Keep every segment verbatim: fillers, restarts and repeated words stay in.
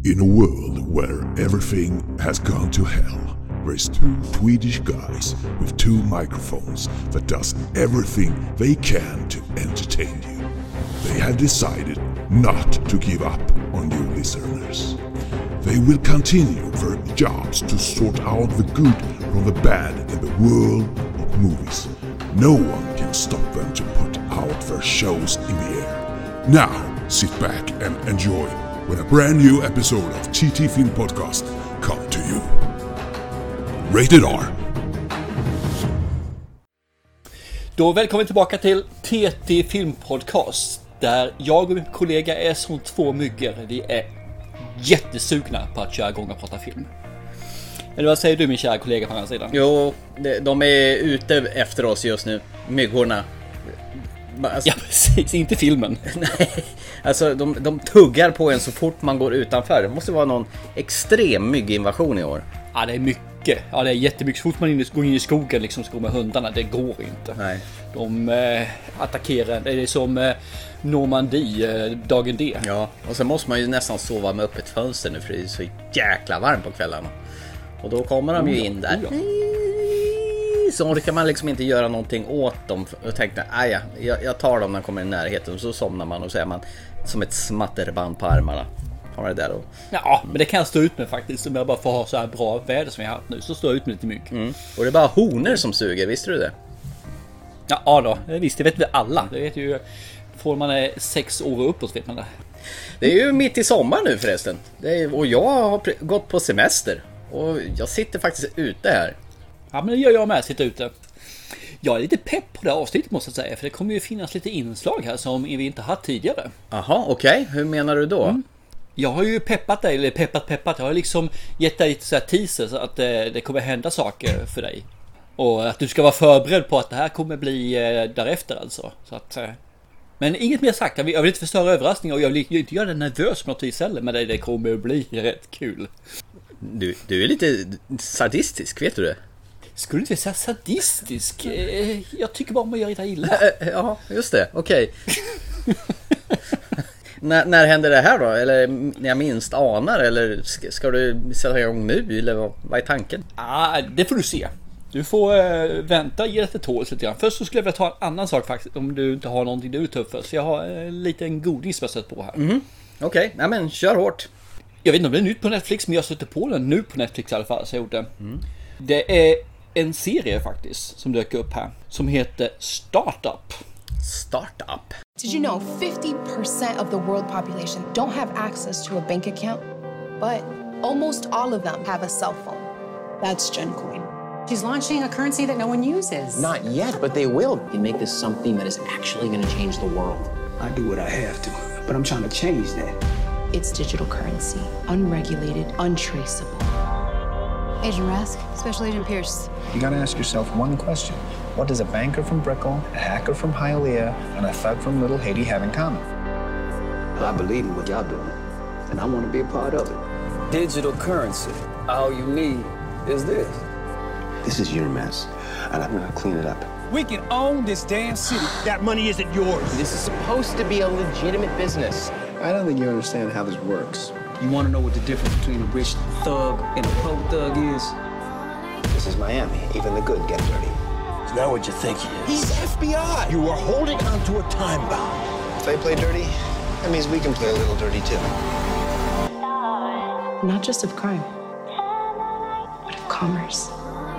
In a world where everything has gone to hell, there's two Swedish guys with two microphones that does everything they can to entertain you. They have decided not to give up on you listeners. They will continue their jobs to sort out the good from the bad in the world of movies. No one can stop them to put out their shows in the air. Now, sit back and enjoy when a brand new episode of T T Film Podcast come to you. Rated R. Då välkommen tillbaka till T T Film Podcast, där jag och min kollega är som två myggor. Vi är jättesugna på att köra igång och prata film. Eller vad säger du, min kära kollega på andra sidan? Jo, de är ute efter oss just nu, myggorna. Alltså, ja, precis, inte filmen. Nej, alltså de, de tuggar på en så fort man går utanför. Det måste vara någon extrem mygginvasion i år. Ja, det är mycket. Ja, det är jättemycket. Så fort man går in i skogen liksom, ska gå med hundarna, det går inte. Nej. De eh, attackerar. Det är som eh, Normandie, eh, dagen D. Ja, och sen måste man ju nästan sova med öppet fönster nu, för det är så jäkla varmt på kvällarna. Och då kommer de ju in där. Så orkar man liksom inte göra någonting åt dem. Och tänkte, aja, jag, jag tar dem när de kommer i närheten. Och så somnar man och så är man som ett smatterband på armarna. Har man det där och... Ja, men det kan jag stå ut med faktiskt. Om jag bara får ha så här bra väder som jag har haft nu, så står jag ut med lite mygg. Mm. Och det är bara honor som suger, visste du det? Ja, ja då, visst, det vet vi alla. Det vet ju, får man är sex år och uppåt vet man det. Det är ju mitt i sommar nu förresten. Det är, och jag har gått på semester. Och jag sitter faktiskt ute här. Ja, men det gör jag med, sitta ute. Jag är lite pepp på det avsnittet måste jag säga. För det kommer ju finnas lite inslag här som vi inte haft tidigare. Jaha, okej. Okay. Hur menar du då? Mm. Jag har ju peppat dig, eller peppat peppat. Jag har liksom gett dig lite så här teaser så att det, det kommer hända saker för dig. Och att du ska vara förberedd på att det här kommer bli eh, därefter alltså. Så att, eh. Men inget mer sagt. Jag vill, jag vill inte förstöra överraskningar och jag vill inte göra det nervös på något vis heller. Men det, det kommer att bli rätt kul. Du, du är lite sadistisk, vet du det? Skulle inte säga sadistisk. Jag tycker bara om att göra det illa. Ja, just det. Okej. Okay. när, när händer det här då? Eller när jag minst anar? Eller ska, ska du sätta igång nu? Eller vad, vad är tanken? Ah, det får du se. Du får äh, vänta och ge det tåls lite grann. Först så skulle jag vilja ta en annan sak faktiskt. Om du inte har någonting du tar upp för. Så jag har en äh, liten godis som jag sett på här. Mm. Okej, okay. Nej men kör hårt. Jag vet inte om det är nytt på Netflix, men jag sätter på den nu på Netflix i alla fall. Så jag gjorde. Mm. Det är en serie faktiskt som dök upp här som heter Startup. Startup. Did you know fifty percent of the world population don't have access to a bank account? But almost all of them have a cell phone. That's Gencoin. She's launching a currency that no one uses. Not yet, but they will. You make this something that is actually going to change the world. I do what I have to, but I'm trying to change that. It's digital currency, unregulated, untraceable. Agent Rask, Special Agent Pierce. You gotta ask yourself one question. What does a banker from Brickell, a hacker from Hialeah, and a thug from Little Haiti have in common? I believe in what y'all doing, and I want to be a part of it. Digital currency. All you need is this. This is your mess, and I'm gonna clean it up. We can own this damn city. That money isn't yours. This is supposed to be a legitimate business. I don't think you understand how this works. You want to know what the difference between a rich thug and a poor thug is? This is Miami. Even the good get dirty. Is that what you think he is? He's F B I. You are holding onto a time bomb. If they play dirty, that means we can play a little dirty too. Not just of crime, but of commerce.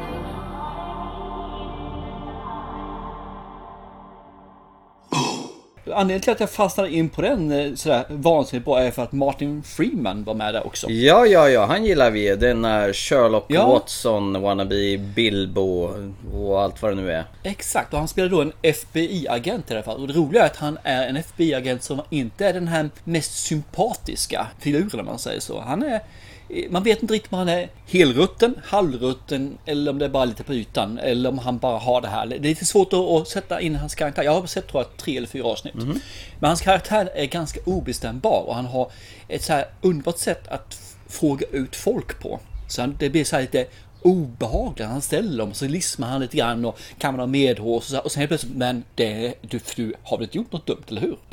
Anledningen till att jag fastnade in på den sådär vansinnigt bra är för att Martin Freeman var med där också. Ja, ja, ja, han gillar vi. Den är Sherlock ja. Watson, wannabe Bilbo och allt vad det nu är. Exakt, och han spelar då en F B I-agent i alla fall. Och det roliga är att han är en F B I-agent som inte är den här mest sympatiska filuren, om man säger så. Han är... Man vet inte riktigt om han är helrutten, halvrutten eller om det är bara lite på ytan eller om han bara har det här. Det är lite svårt att sätta in hans karaktär. Jag har sett tror jag tre eller fyra avsnitt. Mm-hmm. Men hans karaktär är ganska obestämbar och han har ett så här underbart sätt att fråga ut folk på. Så det blir så här lite obehagligt. Han ställer dem så lismar han lite grann och kan man ha medhårs och så här. Och sen helt plötsligt, men det, du, du har väl inte gjort något dumt, eller hur? Eller?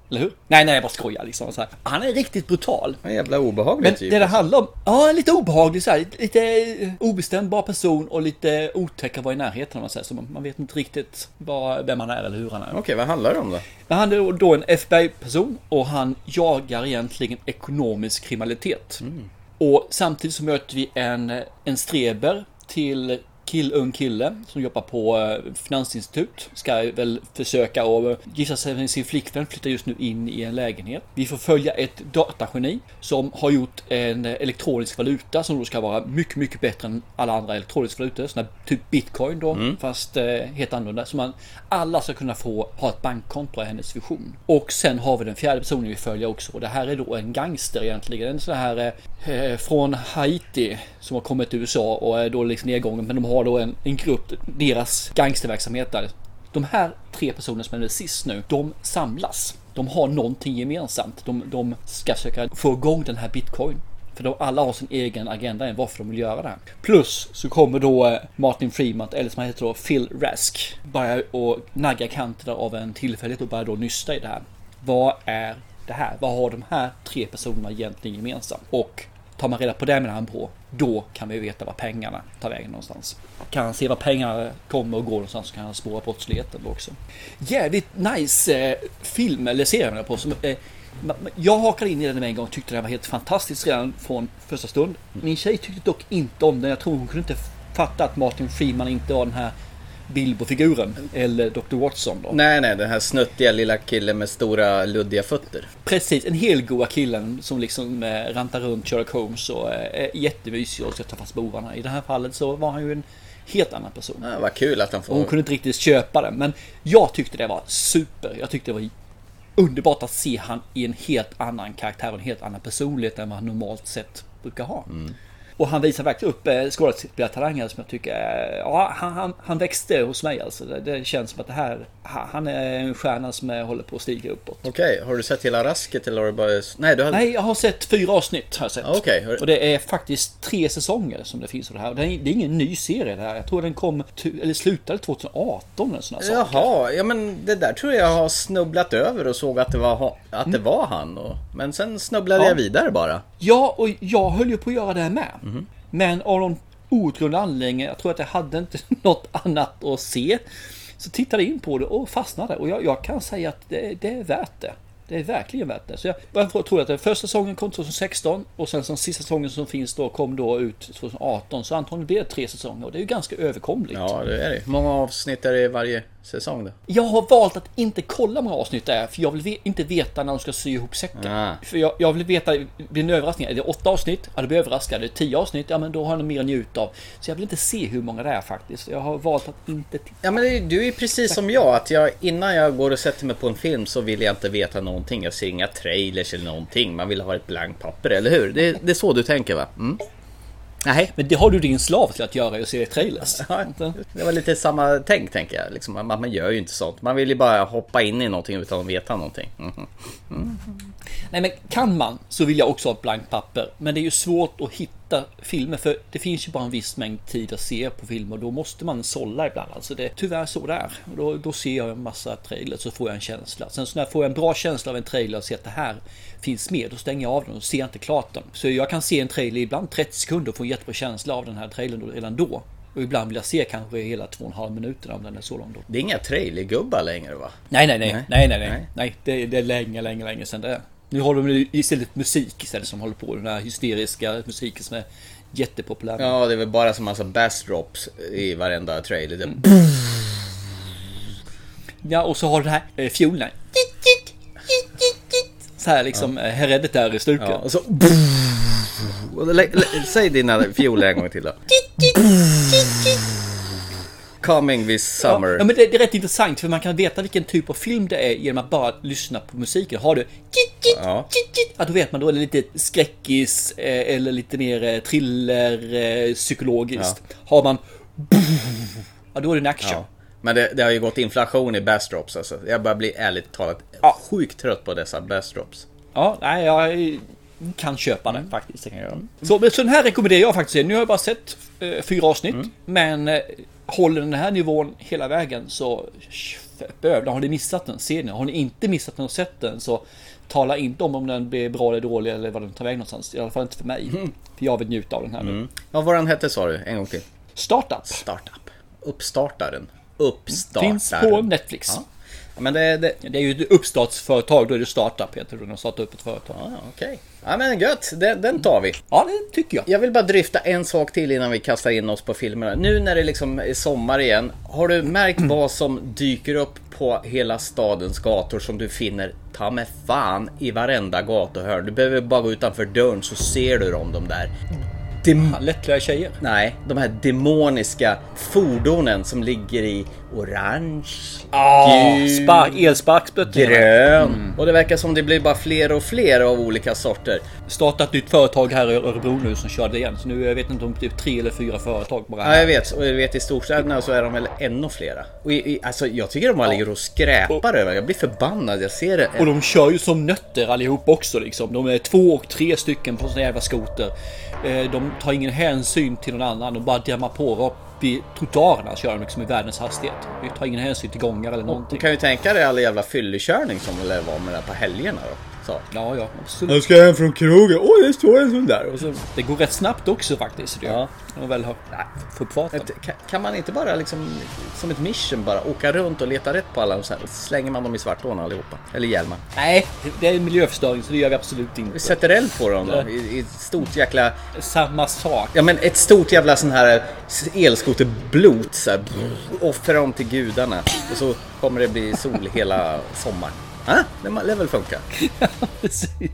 Eller hur? Nej, nej, jag bara skojar liksom. Så här. Han är riktigt brutal. En jävla obehaglig Men typ. det det handlar om, ja, lite obehaglig så här, lite obestämbar person och lite otäck att vara i närheten, om man säger så. Man vet inte riktigt vad, vem han är eller hur han är. Okej, okay, vad handlar det om då? Men han är då en F B I-person och han jagar egentligen ekonomisk kriminalitet. Mm. Och samtidigt så möter vi en, en streber till kill, ung kille som jobbar på finansinstitut. Ska väl försöka och gissa sig med sin flickvän, flyttar just nu in i en lägenhet. Vi får följa ett datageni som har gjort en elektronisk valuta som då ska vara mycket, mycket bättre än alla andra elektroniska valutor. Sån här typ bitcoin då, mm. fast eh, helt annorlunda. Så man, alla ska kunna få ha ett bankkonto i hennes vision. Och sen har vi den fjärde personen vi följer också. Och det här är då en gangster egentligen. En sån här eh, från Haiti som har kommit till U S A och är då liksom nedgången. Men de har då en, en grupp, deras gangsterverksamhet där. De här tre personerna som är sist nu, de samlas. De har någonting gemensamt. De, de ska försöka få igång den här bitcoin. För de alla har sin egen agenda än varför de vill göra det här. Plus så kommer då Martin Freeman, eller som han heter då, Phil Rask, börja och nagga kanterna av en tillfällighet och börja då nysta i det här. Vad är det här? Vad har de här tre personerna egentligen gemensamt? Och tar man reda på det med han på, då kan vi veta vad pengarna tar vägen någonstans. Kan han se vad pengarna kommer och går någonstans, så kan han spåra brottsligheten också. Jävligt nice eh, film eller serie på som eh, jag hakade in i den en gång och tyckte den var helt fantastisk redan från första stund. Min tjej tyckte dock inte om den. Jag tror hon kunde inte fatta att Martin Freeman inte var den här Bilbo-figuren eller doktor Watson då. Nej, nej, den här snuttiga lilla killen med stora luddiga fötter. Precis, en helgoa killen som liksom eh, rantar runt Sherlock Holmes och eh, är jättemysig och ska ta fast bovarna. I det här fallet så var han ju en helt annan person. Ja, vad kul att han får... Och hon kunde inte riktigt köpa det, men jag tyckte det var super. Jag tyckte det var underbart att se han i en helt annan karaktär och en helt annan personlighet än vad han normalt sett brukar ha. Mm. Och han visar verkligen upp eh, skådespelartalanger som jag tycker, eh, ja, han, han, han växte hos mig alltså. Det, det känns som att det här, han är en stjärna som är, håller på att stiga uppåt. Okej, okay. Har du sett hela Rasket eller har du bara... Nej, du har... Nej, jag har sett fyra avsnitt har jag sett. Okay. Och det är faktiskt tre säsonger som det finns av det här. Det är, det är ingen ny serie det här. Jag tror den kom, eller slutade tjugo arton eller sådana Jaha, saker. Jaha, ja men det där tror jag har snubblat över och såg att det var, att det var han. Och, men sen snubblade ja. jag vidare bara. Ja, och jag höll ju på att göra det här med. Mm-hmm. Men av någon outgrundlig anledning, jag tror att jag hade inte något annat att se. Så tittade jag in på det och fastnade. Och jag, jag kan säga att det, det är värt det. Det är verkligen värt det. Så jag, jag tror att den första säsongen kom tjugo sexton och sen som sista säsongen som finns då kom då ut tjugo arton. Så antagligen blir det tre säsonger och det är ju ganska överkomligt. Ja, det är det. Hur många avsnitt är det i varje säsong då? Jag har valt att inte kolla många avsnitt där, för jag vill ve- inte veta när de ska sy ihop säcken. Ah. För jag, jag vill veta, det blir en överraskning. Är det åtta avsnitt? Ja, det blir överraskad. Är det tio avsnitt? Ja, men då har jag mer att njuta av. Så jag vill inte se hur många det är faktiskt. Jag har valt att inte titta. Ja, men det, du är precis som jag. Att jag, innan jag går och sätter mig på en film så vill jag inte veta någonting. Jag ser inga trailers eller någonting. Man vill ha ett blankt papper, eller hur? Det, det är så du tänker, va? Mm. Nej, men det har du din slav till att göra och se trailers. Ja, det var lite samma tänk, tänker jag. Liksom, man, man gör ju inte sånt. Man vill ju bara hoppa in i någonting utan att veta någonting. Mm. Mm. Nej, men kan man så vill jag också ha ett blankt papper. Men det är ju svårt att hitta filmer, för det finns ju bara en viss mängd tid att se på filmer och då måste man sålla ibland. Alltså det är tyvärr så där. Och då, då ser jag en massa trailers så får jag en känsla. Sen så när jag får en bra känsla av en trailer och ser att det här finns med, då stänger jag av den och ser inte klart den. Så jag kan se en trailer ibland trettio sekunder och få en jättebra känsla av den här trailern redan då. Och ibland vill jag se kanske hela två och en halv minuter om den är så lång då. Det är inga trailergubbar längre, va? Nej, nej, nej. Nej, nej, nej. nej. nej det, det är länge, länge, länge sedan det är. Nu har de istället musik istället som håller på. Den här hysteriska musiken som är jättepopulär. Ja, det är väl bara som massa bass drops i varenda trailer. Mm. Ja, och så har du det här eh, fiolen. Så här liksom ja. Hereditär i stuken. Ja, och så... Säg dina fioler en gång till då. Coming this summer. Ja, ja, men det, det är rätt intressant för man kan veta vilken typ av film det är genom att bara lyssna på musiken. Har du ja. Ja, då vet man, då är det lite skräckis eh, eller lite mer thriller eh, psykologiskt. Ja. Har man ja, då är det en action. Ja. Men det, det har ju gått inflation i bass drops alltså. Jag börjar bli ärligt talat ja. sjukt trött på dessa bass drops. Ja, nej, jag kan köpa den faktiskt, det kan jag göra. Så, så den här rekommenderar jag faktiskt. Nu har jag bara sett eh, fyra avsnitt, mm. men eh, håller den här nivån hela vägen så behövd. Har ni missat den serien? Har ni inte missat den och sett den, så tala inte om om den blir bra eller dålig eller vad den tar väg någonstans. I alla fall inte för mig. Mm. För jag vill njuta av den här nu. Mm. Ja, vad den hette sa du? En gång till. Startup. Startup. Uppstartaren. Uppstartaren. Finns på Netflix. Ja. Men det, det... det är ju ett uppstartsföretag, då är det startup heter det, de startar upp ett företag. Ja, okej. Okay. Ja, men gött, den, den tar vi. Ja, det tycker jag. Jag vill bara dryfta en sak till innan vi kastar in oss på filmerna. Nu när det liksom är sommar igen, har du märkt mm. vad som dyker upp på hela stadens gator som du finner ta med fan i varenda gatuhörn? Du behöver bara gå utanför dörren så ser du dem, de där Dem- lättklädda tjejer. Nej, de här demoniska fordonen som ligger i orange, ah, gul, spark, elsparkspötter, grön. Mm. Och det verkar som det blir bara fler och fler av olika sorter. Startat ett nytt företag här i Örebro nu som körde igen. Så nu jag vet inte om typ tre eller fyra företag bara. Ja, jag vet. Och jag vet i storstäderna så är de väl ännu flera. Och i, i, alltså jag tycker de bara ligger och skräpar över. Jag blir förbannad. Jag ser det. Och de kör ju som nötter allihop också liksom. De är två och tre stycken på såna jävla skoter. De tar ingen hänsyn till någon annan. De bara dämmar på upp i trottoarerna, kör de liksom i världens hastighet. De tar ingen hänsyn till gångar eller någonting. Du kan ju tänka dig alla jävla fyllekörning som det var med det på helgerna då. Så. Ja, ja, absolut. Jag ska hem från krogen. Åh, det står en sån där. Och så... Det går rätt snabbt också faktiskt. Ja. Och väl har få upp farten. Kan, kan man inte bara liksom som ett mission bara åka runt och leta rätt på alla och så här, slänger man dem i svartlån allihopa? Eller hjälmar? Nej, det är miljöförstöring så det gör vi absolut inte. Vi sätter eld på dem då, i, i ett stort jäkla... Samma sak. Ja, men ett stort jävla sån här elskoterblot så här, offra dem till gudarna. Och så kommer det bli sol hela sommaren. Ja, det lär väl funka. Ja, precis.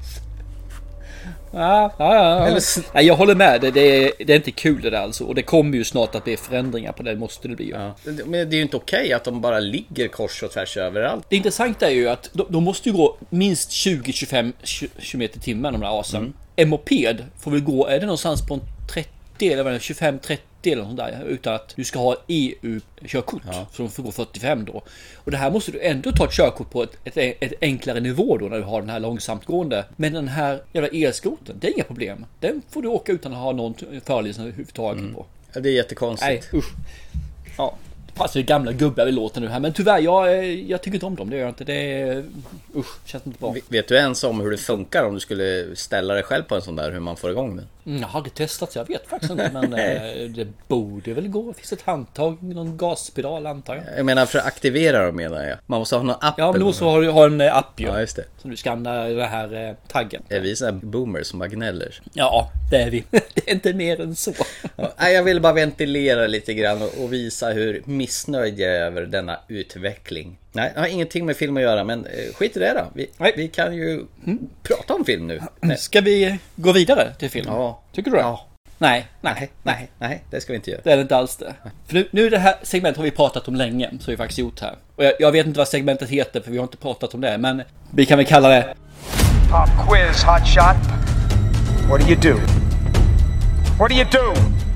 Ja, ja, ja. Eller... Nej, jag håller med. Det, det, är, det är inte kul det där alltså. Och det kommer ju snart att bli förändringar på det. Måste det bli. Ja. Men det är ju inte okej att de bara ligger kors och tvärs överallt. Det intressanta är ju att de, de måste ju gå minst tjugo till tjugofem kilometer i timmen de där asen. Mm. En moped får väl gå, är det någonstans på en trettio eller tjugofem trettio eller sånt där, utan att du ska ha E U-körkort. Ja. Så de får gå fyrtiofem då. Och det här måste du ändå ta ett körkort på ett, ett, ett enklare nivå då när du har den här långsamt gående. Men den här jävla elskoten, det är inga problem. Den får du åka utan att ha någon föreläsning överhuvudtaget mm. på. Ja, det är jättekonstigt. Nej, usch. Ja. Fast det är gamla gubbar vi låter nu här. Men tyvärr, jag, jag tycker inte om dem. Det gör jag inte. Det är... Usch, känns inte bra. Vet du ens om hur det funkar om du skulle ställa dig själv på en sån där? Hur man får igång den? Mm, jag har aldrig testat så jag vet faktiskt inte. Men det borde väl gå. Det finns ett handtag med någon gaspedal antar jag. Jag menar för att aktivera dem menar jag. Man måste ha någon app. Ja, men du måste ha, ha en app ju. Ja, just det. Så du skannar den här eh, taggen. Är vi sådana boomers som bara gnäller? Ja, det är vi. Det är inte mer än så. Ja, jag vill bara ventilera lite grann och, och visa hur missnöjd jag är över denna utveckling. Nej, det har ingenting med film att göra, men eh, skit i det då. Vi, vi kan ju mm. prata om film nu. Nej. Ska vi gå vidare till film? Ja. Tycker du det? Ja. Nej, nej, nej, nej, det ska vi inte göra. Det är inte alls det. För nu, nu det här segmentet har vi pratat om länge, så har vi faktiskt gjort här. Och jag, jag vet inte vad segmentet heter, för vi har inte pratat om det, men vi kan väl kalla det... Pop quiz, hot shot. What do you do? What do you do?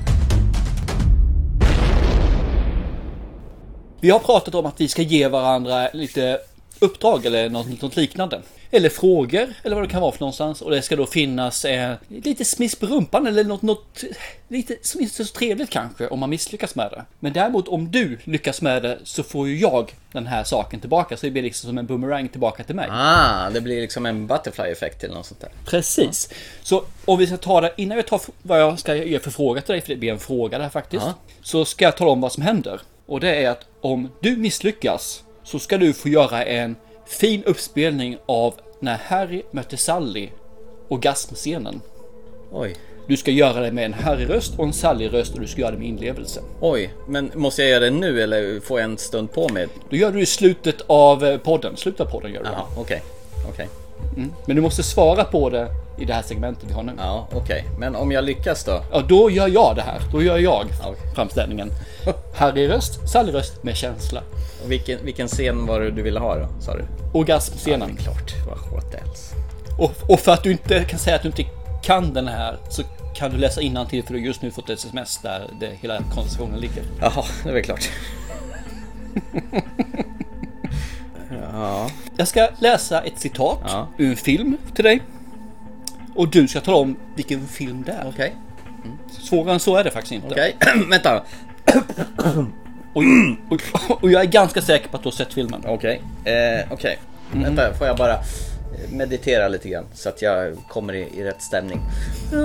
Vi har pratat om att vi ska ge varandra lite uppdrag eller något, något liknande. Eller frågor, eller vad det kan vara för någonstans. Och det ska då finnas eh, lite smiss på rumpan eller något, något lite som inte är så trevligt kanske om man misslyckas med det. Men däremot om du lyckas med det så får ju jag den här saken tillbaka. Så det blir liksom som en boomerang tillbaka till mig. Ah, det blir liksom en butterfly-effekt eller något sånt där. Precis. Ja. Så om vi ska ta det, innan vi tar vad jag ska ge för fråga till dig, för det blir en fråga där faktiskt. Ja. Så ska jag tala om vad som händer. Och det är att om du misslyckas så ska du få göra en fin uppspelning av när Harry mötte Sally, orgasmscenen. Oj. Du ska göra det med en Harry-röst och en Sally-röst och du ska göra det med inlevelse. Oj, men måste jag göra det nu eller får jag en stund på mig? Då gör du i slutet av podden. Slutet av podden gör du. Ja, okej. Okay. Okay. Mm. Men du måste svara på det i det här segmentet vi har nu. Ja, okej. Okay. Men om jag lyckas då? Ja, då gör jag det här. Då gör jag okay. framställningen. Harry-röst, Sally-röst med känsla. Och vilken, vilken scen var det du ville ha då, sa du? Orgasmscenen. Ja, klart. Vad skönt else. Och, och för att du inte kan säga att du inte kan den här så kan du läsa innantill för du just nu fått ett sms där det, hela konversationen ligger. Jaha, det är väl klart. Ja. Jag ska läsa ett citat ja. ur en film till dig. Och du ska tala om vilken film det är. Okej. Okay. Mm. Svårare än så är det faktiskt inte. Okej, okay. Vänta. Och, och, och jag är ganska säker på att du har sett filmen. Okej, okay. eh, okej. Okay. Mm. Vänta, får jag bara meditera lite grann så att jag kommer i, i rätt stämning. Nu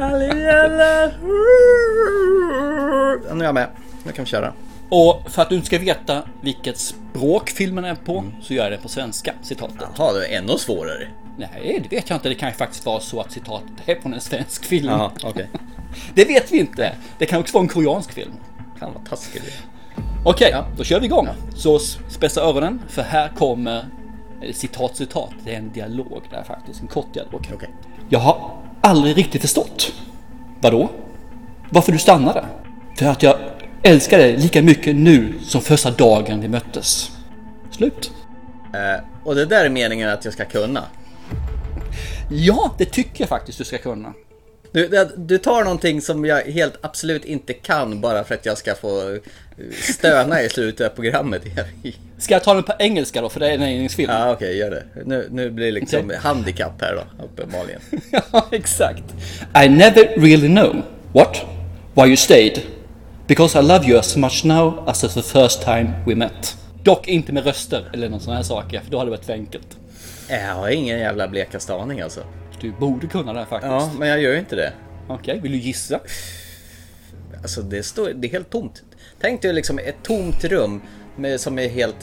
är jag med. Nu kan vi köra. Och för att du inte ska veta vilket språk filmen är på, mm. så gör jag det på svenska, citatet. Jaha, det är ännu svårare. Nej, det vet jag inte. Det kan ju faktiskt vara så att citatet är från en svensk film. Jaha, okej. Okay. Det vet vi inte. Det kan också vara en koreansk film. Kan vara taskigt. Okej, okay, ja. Då kör vi igång. Ja. Så spetsa öronen, för här kommer citat, citat. Det är en dialog där faktiskt, en kort dialog. Okay. Jag har aldrig riktigt förstått. Vadå? Varför du stannade? För att jag älskar dig lika mycket nu som första dagen vi möttes. Slut. Uh, och det där är meningen att jag ska kunna? Ja, det tycker jag faktiskt du ska kunna. Du, du tar någonting som jag helt absolut inte kan bara för att jag ska få stöna i slutet av programmet. Ska jag ta den på engelska då, för det är en engelsk film? Ja, okej, okay, gör det. Nu, nu blir det liksom okay. handikapp här då, uppenbarligen. Ja, exakt. I never really know. What? Why you stayed? Because I love you as much now as the first time we met. Dock inte med röster eller någon sån här saker, för då hade det varit för enkelt. Jag har ingen jävla blekaste aning alltså. Du borde kunna det här faktiskt. Ja, men jag gör ju inte det. Okej, okay, vill du gissa? Alltså det står, det är helt tomt. Tänk dig liksom ett tomt rum med, som är helt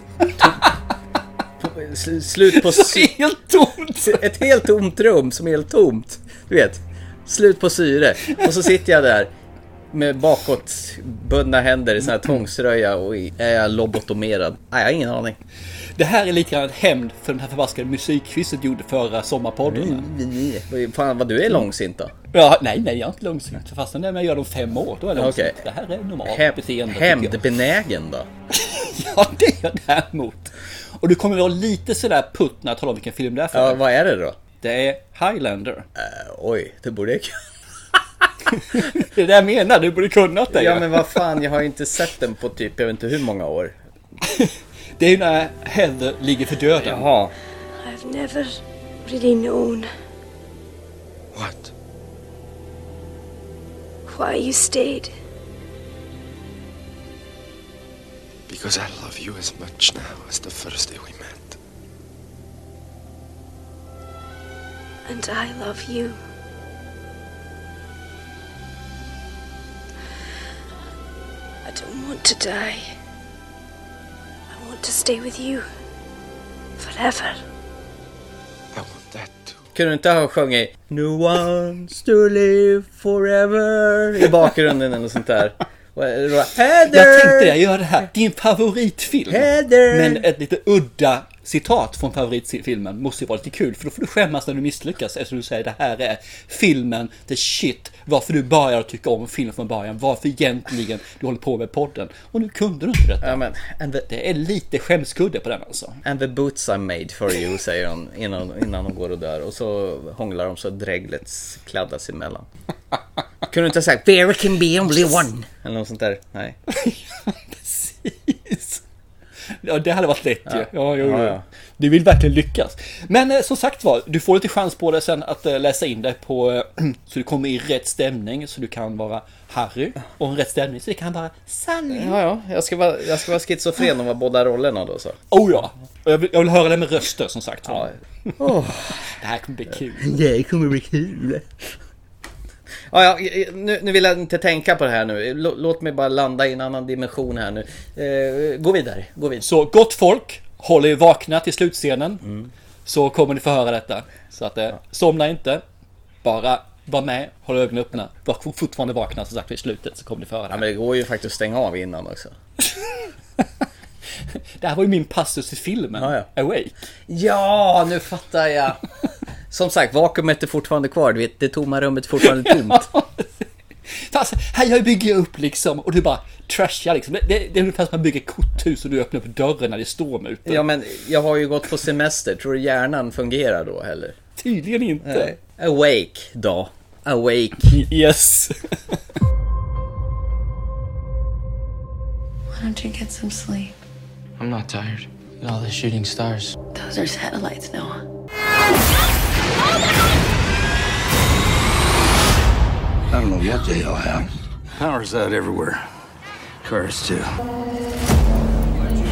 tomt. Slut på sy- helt tomt. Ett helt tomt rum som är helt tomt. Du vet, slut på syre. Och så sitter jag där med bakåt bundna händer i sån här tvångsröja och är jag lobotomerad. Nej, jag har ingen aning. Det här är lite grann ett hämnd för den här förbaskade musikquizet gjorde förra sommarpodden. Mm. Fan vad du är långsint då. Ja, nej, nej, jag är inte långsint. För fast när jag gör dem fem år, då är det långsint. Okay. Det här är normalt Häm- beteende. Hämndbenägen då? Ja, det är jag däremot. Och du kommer vara lite sådär putt när jag talar om vilken film det är för. Ja, vad är det då? Det är Highlander. Uh, oj, det borde jag det är det jag menar, du borde kunnat det. Ja, men vad fan, jag har inte sett den på typ, jag vet inte hur många år. Det är ju när Heather ligger för döden. Jaha. I've never really known. What? Why you stayed. Because I love you as much now as the first day we met. And I love you. I don't want to die. I want to stay with you forever. I want that too. Kunde du inte ha sjungit No one's to live forever i bakgrunden eller sånt där? Jag tänkte jag gör det här. Din favoritfilm. Heather. Men ett lite udda citat från favoritfilmen måste ju vara lite kul, för då får du skämmas när du misslyckas eftersom du säger det här är filmen, the shit, varför du börjar tycka om film från början, varför egentligen du håller på med podden, och nu kunde du inte detta. Ja, men, and the, det är lite skämskudde på den alltså. And the boots I made for you, säger hon innan, innan de går och dör, och så hånglar de så dräglet kladdas emellan. Kunde du inte ha sagt there can be only one eller något sånt där? Nej. Precis. Ja, det hade varit lätt ju. Ja. Ja, ja, ja, ja. Du vill verkligen lyckas. Men eh, som sagt var, du får lite chans på det sen att eh, läsa in det på eh, så du kommer i rätt stämning, så du kan vara Harry, och en rätt stämning så det kan vara Sunny. Ja, ja. Jag ska vara, jag ska vara schizofren och vara båda rollerna då så. Oh ja. Och jag vill, jag vill höra det med röster som sagt. Ja. Oh. Det här kommer bli kul. Det kommer bli kul. Ja, ja, nu, nu vill jag inte tänka på det här nu. Låt mig bara landa i en annan dimension här nu. Eh, gå vidare, gå vidare. Så gott folk, håll er vakna till slutscenen. Mm. Så kommer ni få höra detta. Så att eh, somna inte. Bara var med, håll ögonen öppna. Var fortfarande vakna så sagt vid slutet så kommer ni få höra det. Ja, men det går ju faktiskt att stänga av innan också. Det här var ju min passus i filmen. Ja, ja. Awake. Ja, nu fattar jag. Som sagt, vakuumet är fortfarande kvar. Du vet, det tomma rummet är fortfarande tomt. Fast här jag bygger upp liksom, och du bara trashar liksom. Det, det, det är ungefär som att man bygger korthus och du öppnar upp dörren när det storm ute. Ja, men jag har ju gått på semester. Tror du hjärnan fungerar då heller? Tydligen inte. Nej. Awake då. Awake. Yes. Why don't you get some sleep? I'm not tired. Look at all the shooting stars. Those are satellites, Noah. I don't know what the hell happened. Power's out everywhere. Cars too.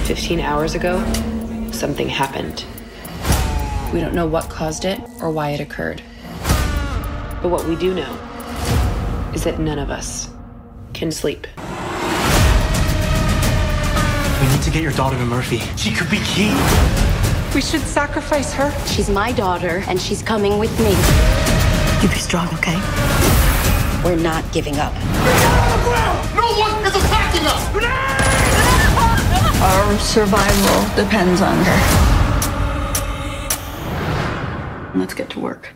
fifteen hours ago, something happened. We don't know what caused it or why it occurred. But what we do know is that none of us can sleep. We need to get your daughter to Murphy. She could be key. We should sacrifice her. She's my daughter, and she's coming with me. You be strong, okay? We're not giving up. No one is attacking us! Our survival depends on her. Let's get to work.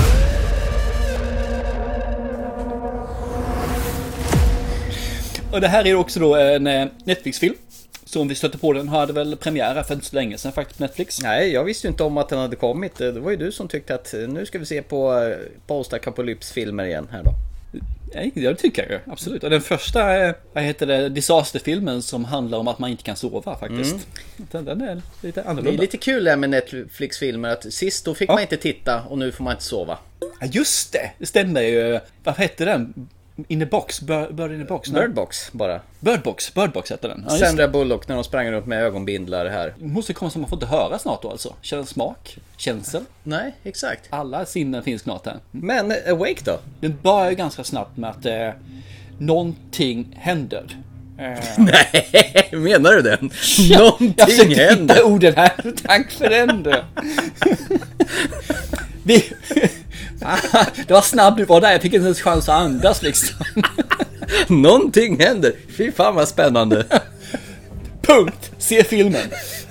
Och det här är också då en Netflix-film. Så om vi stötte på den hade väl premiär för inte så länge sedan faktiskt på Netflix. Nej, jag visste ju inte om att den hade kommit. Det var ju du som tyckte att nu ska vi se på post-apocalypse-filmer igen här då. Nej, det tycker jag ju, absolut. Och den första, vad heter det, disasterfilmen som handlar om att man inte kan sova faktiskt. Mm. Den, den är lite annorlunda. Det är lite kul det med Netflix-filmer att sist då fick ja. man inte titta och nu får man inte sova. Ja, just det, det stämmer ju. Vad hette den? In the box, Bird, bird in the box. Nej. Birdbox bara. Birdbox, Birdbox heter den. Ja, Sandra Bullock när de sprang runt med ögonbindlar här. Måste komma som man får inte höra snart då alltså. Känns smak, känsel. Nej, exakt. Alla sinnen finns snart här. Men Awake då? Den börjar ganska snabbt med att eh, någonting händer. Eh. Nej, menar du den? Ja, någonting jag händer. Jag orden här. Tack för den du. Vi... Det var snabbt du var där, jag fick inte ens chans att andas liksom. Någonting händer, fy fan vad spännande. Punkt, se filmen.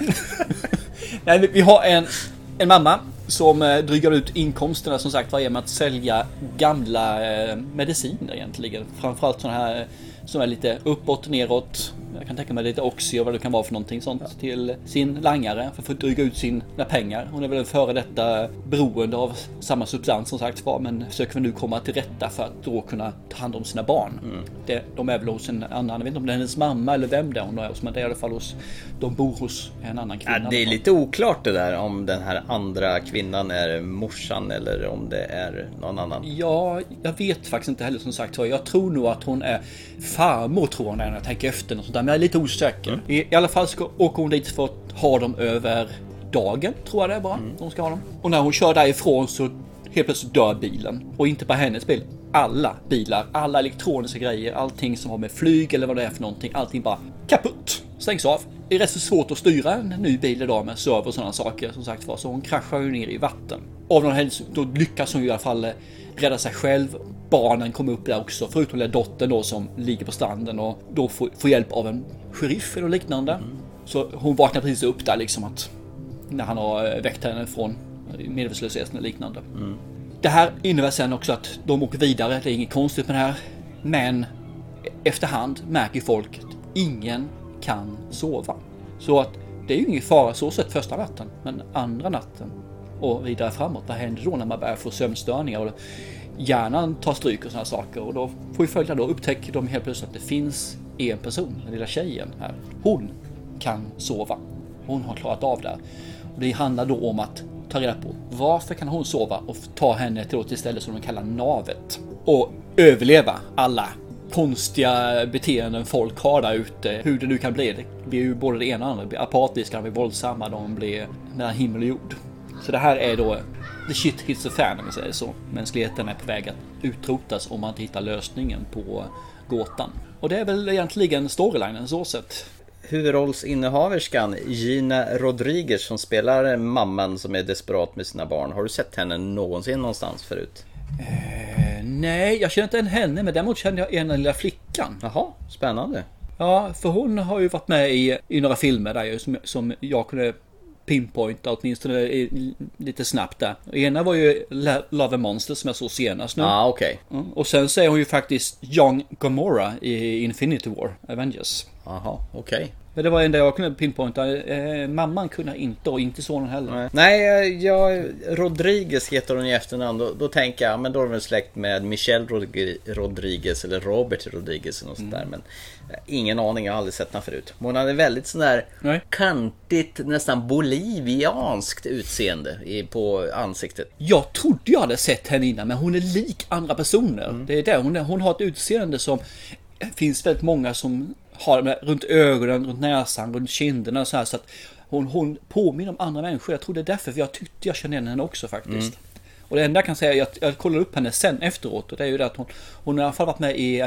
Nej, vi har en, en mamma som drygar ut inkomsterna som sagt vad är med att sälja gamla eh, mediciner egentligen. Framförallt sådana här som är lite uppåt, neråt. Jag kan tänka mig lite Oxy och vad det kan vara för någonting sånt ja. till sin langare för att få dryga ut sina pengar. Hon är väl en före detta beroende av samma substans som sagt var, men försöker nu komma till rätta för att då kunna ta hand om sina barn. Mm. Det, de är väl hos en annan, jag vet inte om det är hennes mamma eller vem det är hon är hos, men det är i alla fall hos, de bor hos en annan kvinna. Ja, det är lite oklart det där om den här andra kvinnan är morsan eller om det är någon annan. Ja, jag vet faktiskt inte heller som sagt. Jag tror nog att hon är farmor tror hon är när jag tänker efter något sånt där. Men jag är lite osäker. Mm. I, I alla fall ska åker hon dit för att ha dem över dagen, tror jag det är bara. Mm. De ska ha dem. Och när hon kör därifrån så helt plötsligt dör bilen. Och inte bara hennes bil. Alla bilar, alla elektroniska grejer, allting som har med flyg eller vad det är för någonting. Allting bara kaputt. Stängs av. Det är rätt så svårt att styra en ny bil idag med server och sådana saker som sagt var. Så hon kraschar ju ner i vatten. Av någon händelse då lyckas hon i alla fall rädda sig själv. Barnen kommer upp där också, förutom den dottern då som ligger på stranden och då får, får hjälp av en sheriff eller liknande. Mm. Så hon vaknar precis upp där liksom att när han har väckt henne från medvetslösheten eller liknande. Mm. Det här innebär sen också att de åker vidare, det är inget konstigt med det här. Men efterhand märker folk att ingen kan sova. Så att det är ju ingen fara så sett första natten, men andra natten och vidare framåt, vad händer då när man börjar få sömnstörningar och hjärnan tar stryk och sådana saker, och då får ju följderna då upptäcker de helt plötsligt att det finns en person, den lilla tjejen här. Hon kan sova. Hon har klarat av det. Och det handlar då om att ta reda på varför kan hon sova och ta henne till ett ställe som de kallar navet och överleva alla konstiga beteenden folk har där ute. Hur det nu kan bli. Det blir ju både det ena och andra. De blir apatiska, de blir våldsamma, de blir mellan himmel och jord. Så det här är då the shit hits the fan om man säger så. Mänskligheten är på väg att utrotas om man inte hittar lösningen på gåtan. Och det är väl egentligen storylinen så sett. Huvudrollsinnehaverskan Gina Rodriguez som spelar mamman som är desperat med sina barn. Har du sett henne någonsin någonstans förut? Eh, nej, jag känner inte en henne, men däremot känner jag en lilla flickan. Jaha, spännande. Ja, för hon har ju varit med i, i några filmer där ju, som, som jag kunde pinpointa åtminstone lite snabbt där. Ena var ju Love and Monsters som jag såg senast nu. Ah, okej. Okay. Mm. Och sen så är hon ju faktiskt Young Gamora i Infinity War, Avengers. Jaha, okej. Okay. Men det var en där jag kunde pinpointa. Eh, mamman kunde inte och inte sonen heller. Nej, Nej jag, Rodriguez heter hon i efternamn. Då, då tänker jag, men då är de släkt med Michelle Rodriguez eller Robert Rodriguez eller något mm. sånt där. Men ingen aning, jag har aldrig sett henne förut. Hon hade väldigt sån där Nej. kantigt, nästan bolivianskt utseende i, på ansiktet. Jag trodde jag hade sett henne innan, men hon är lik andra personer. Mm. Det är det, hon, är, hon har ett utseende som finns väldigt många som har det runt ögonen, runt näsan, runt kinderna och så här, så att hon, hon påminner om andra människor. Jag tror det är därför, för jag tyckte jag kände igen henne också faktiskt. Mm. Och det enda jag kan säga, jag, jag kollade upp henne sen efteråt, och det är ju det att hon, hon har i alla fall varit med i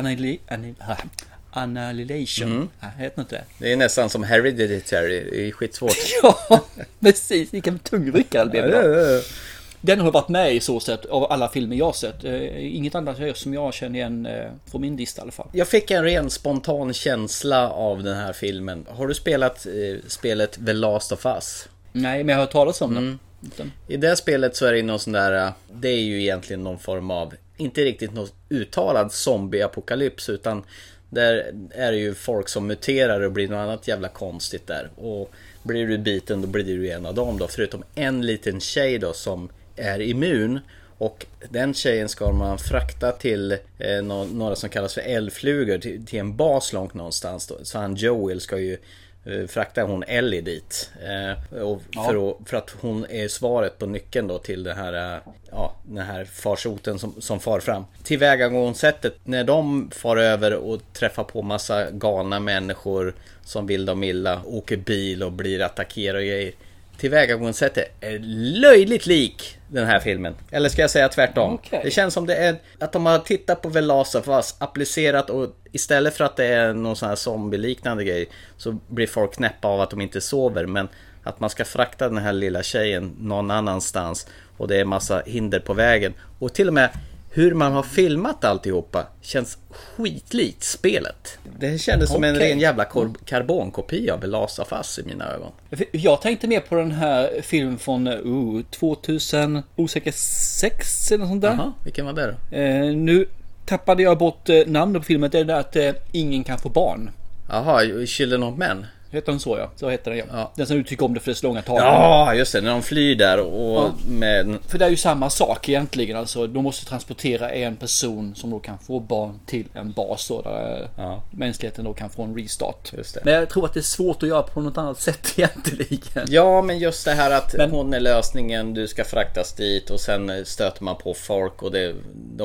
Annihilation. Mm. Ja, heter inte det? Det är nästan som Hereditary, det är skitsvårt. Ja, precis, vilken tungryckare det blev. Ja, ja, ja. Den har varit med i så sätt av alla filmer jag har sett. Inget annat som jag känner igen från min lista i alla fall. Jag fick en ren spontan känsla av den här filmen. Har du spelat eh, spelet The Last of Us? Nej, men jag har hört talas om mm. den. I det spelet så är det någon sån där, det är ju egentligen någon form av, inte riktigt något uttalad zombie-apokalyps, utan där är det ju folk som muterar och blir något annat jävla konstigt där. Och blir du biten, då blir du en av dem då, förutom en liten tjej då som är immun, och den tjejen ska man frakta till eh, några som kallas för eldflugor till, till en bas långt någonstans då. Så han Joel ska ju eh, frakta hon Ellie dit eh, och för, ja. att, för att hon är svaret på nyckeln då till det här, eh, ja, den här farsoten som, som far fram. Tillvägagångssättet när de far över och träffar på massa galna människor som vill dem illa, åker bil och blir attackerade och grejer. Tillvägagångssättet är löjligt lik den här filmen. Eller ska jag säga tvärtom? Okay. Det känns som det är att de har tittat på The Last of Us, applicerat, och istället för att det är någon sån här zombie-liknande grej så blir folk knäppa av att de inte sover, men att man ska frakta den här lilla tjejen någon annanstans och det är massa hinder på vägen. Och till och med hur man har filmat alltihopa känns skitlikt spelet. Det kändes som okay. en ren jävla kor- karbonkopia av The Last of Us i mina ögon. Jag tänkte mer på den här filmen från uh, tvåtusen, osäker sex eller sånt där. Jaha, vilken var det då? Eh, nu tappade jag bort eh, namnet på filmen. Det är det där att eh, ingen kan få barn. Jaha, Children of Men. Heter den så, ja? Så heter den, ja. ja. Den som du tycker om det för dess långa tag. Ja, just det. När de flyr där och ja. med... För det är ju samma sak egentligen. Alltså, de måste transportera en person som då kan få barn till en bas då, där ja. mänskligheten då kan få en restart. Just det. Men jag tror att det är svårt att göra på något annat sätt egentligen. Ja, men just det här att men... hon är lösningen, du ska fraktas dit och sen stöter man på folk och det,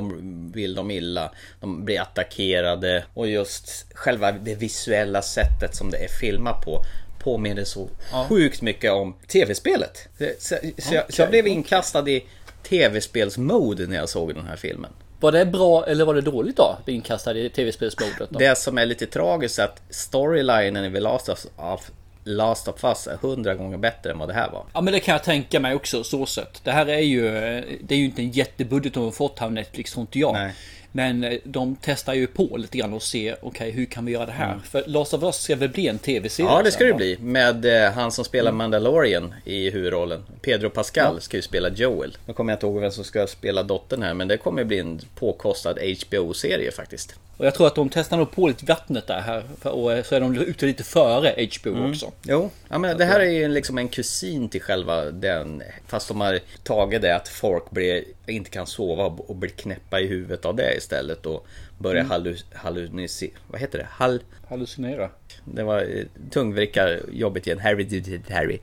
de vill dem illa. De blir attackerade och just själva det visuella sättet som det är filmat på påminner så ja. sjukt mycket om tv-spelet. Så, så, okay. jag, så jag blev inkastad i tv-spelsmode när jag såg den här filmen. Var det bra eller var det dåligt då? Inkastad i tv-spelsmodet då? Det som är lite tragiskt är att storylinen i The Last of, Last of Us är hundra gånger bättre än vad det här var. Ja, men det kan jag tänka mig också, så sett. Det här är ju, det är ju inte en jättebudget de har fått av Netflix, tror inte jag. Nej. Men de testar ju på lite grann och ser, okej, okay, hur kan vi göra det här? Mm. För Last of Us ska väl bli en tv-serie? Ja, det ska det bli. Med eh, han som spelar mm. Mandalorian i huvudrollen. Pedro Pascal ja. ska ju spela Joel. Nu kommer jag inte ihåg vem som ska spela dottern här, men det kommer bli en påkostad H B O-serie faktiskt. Och jag tror att de testar nog på lite vattnet där här. Och så är de ute lite före H B O mm. också. Jo, ja, men det här är ju liksom en kusin till själva den. Fast de har tagit det att folk blir, inte kan sova och blir knäppa i huvudet av det istället. Och börjar mm. hallu, hallucinera. Vad heter det? Hall... Hallucinera. Det var tungvricka jobbigt igen. Harry did Harry.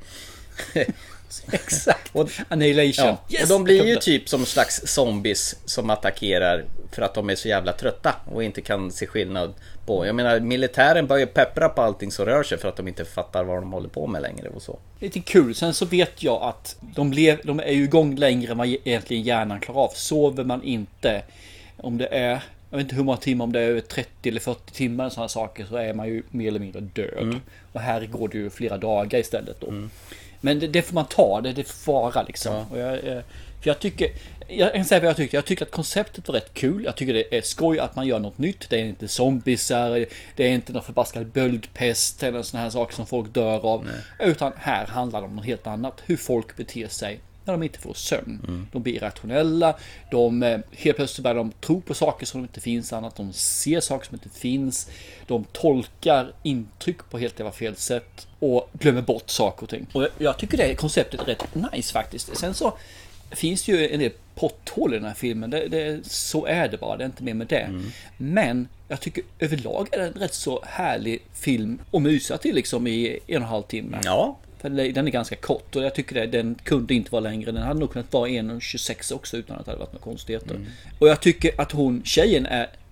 Exakt. Och, Annihilation. Ja. Yes, och de blir ju typ som slags zombies som attackerar för att de är så jävla trötta och inte kan se skillnad på. Jag menar, militären börjar peppra på allting som rör sig för att de inte fattar vad de håller på med längre och så. Lite kul. Sen så vet jag att de, blev, de är ju igång längre än vad egentligen hjärnan klarar av. Sover man inte, om det är, jag vet inte hur många timmar, om det är över trettio eller fyrtio timmar sådana saker, så är man ju mer eller mindre död. Mm. Och här går det ju flera dagar istället då. Mm. Men det, det får man ta, det, det får vara liksom. Ja. Och jag, för jag tycker, jag kan säga vad jag tycker. Jag tycker att konceptet var rätt kul. Jag tycker det är skoj att man gör något nytt. Det är inte zombiesar, det är inte någon förbaskad böldpest eller såna här saker som folk dör av. Nej. Utan här handlar det om något helt annat. Hur folk beter sig när de inte får sömn. Mm. De blir irrationella. De, helt plötsligt börjar de tro på saker som inte finns annat. De ser saker som inte finns. De tolkar intryck på helt jävla fel sätt. Och glömmer bort saker och ting. Och jag tycker det konceptet är rätt nice faktiskt. Sen så finns ju en del potthål i den här filmen. Det, det, så är det bara. Det är inte mer med det. Mm. Men jag tycker överlag är det en rätt så härlig film att mysa till liksom i en och en halv timme. Ja. Den är ganska kort och jag tycker det, den kunde inte vara längre. Den hade nog kunnat vara en tjugosex också utan att det hade varit några konstigheter. Mm. Och jag tycker att hon, tjejen är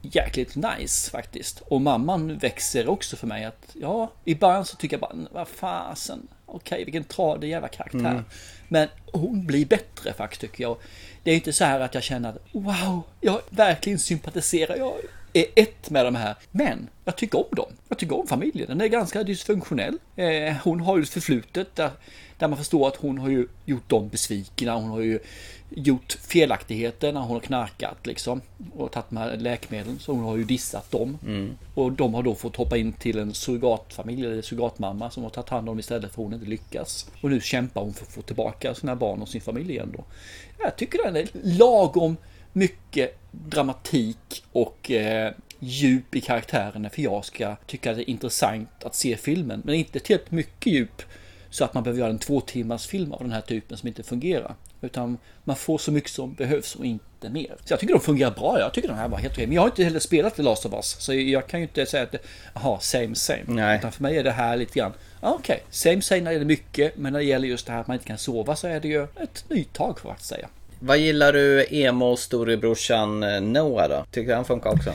jäkligt nice faktiskt. Och mamman växer också för mig. Att ja, i början så tycker jag bara, vad fasen, okej, vilken tradig jävla karaktär. Mm. Men hon blir bättre faktiskt, tycker jag. Det är inte så här att jag känner att wow, jag verkligen sympatiserar, jag är ett med de här. Men jag tycker om dem. Jag tycker om familjen. Den är ganska dysfunktionell. Eh, hon har ju förflutet där, där man förstår att hon har ju gjort dem besvikna. Hon har ju gjort felaktigheter när hon har knarkat liksom, och tagit med läkemedel, så hon har ju dissat dem. Mm. Och de har då fått hoppa in till en surrogatfamilj eller surrogatmamma som har tagit hand om istället för hon inte lyckas. Och nu kämpar hon för att få tillbaka sina barn och sin familj igen då. Jag tycker det är lagom mycket dramatik och eh, djup i karaktärerna för jag ska tycka att det är intressant att se filmen, men inte tillräckligt mycket djup så att man behöver göra en två timmars film av den här typen som inte fungerar, utan man får så mycket som behövs och inte mer. Så jag tycker de fungerar bra, jag tycker de här var helt okej, men jag har inte heller spelat The Last of Us, så jag kan ju inte säga att det, aha, same same. Nej. Utan för mig är det här lite grann, ja, okej, okay, same same när det gäller mycket, men när det gäller just det här att man inte kan sova så är det ju ett nytag för att säga. Vad gillar du emo-storebrorsan Noah då? Tycker du han funkar också?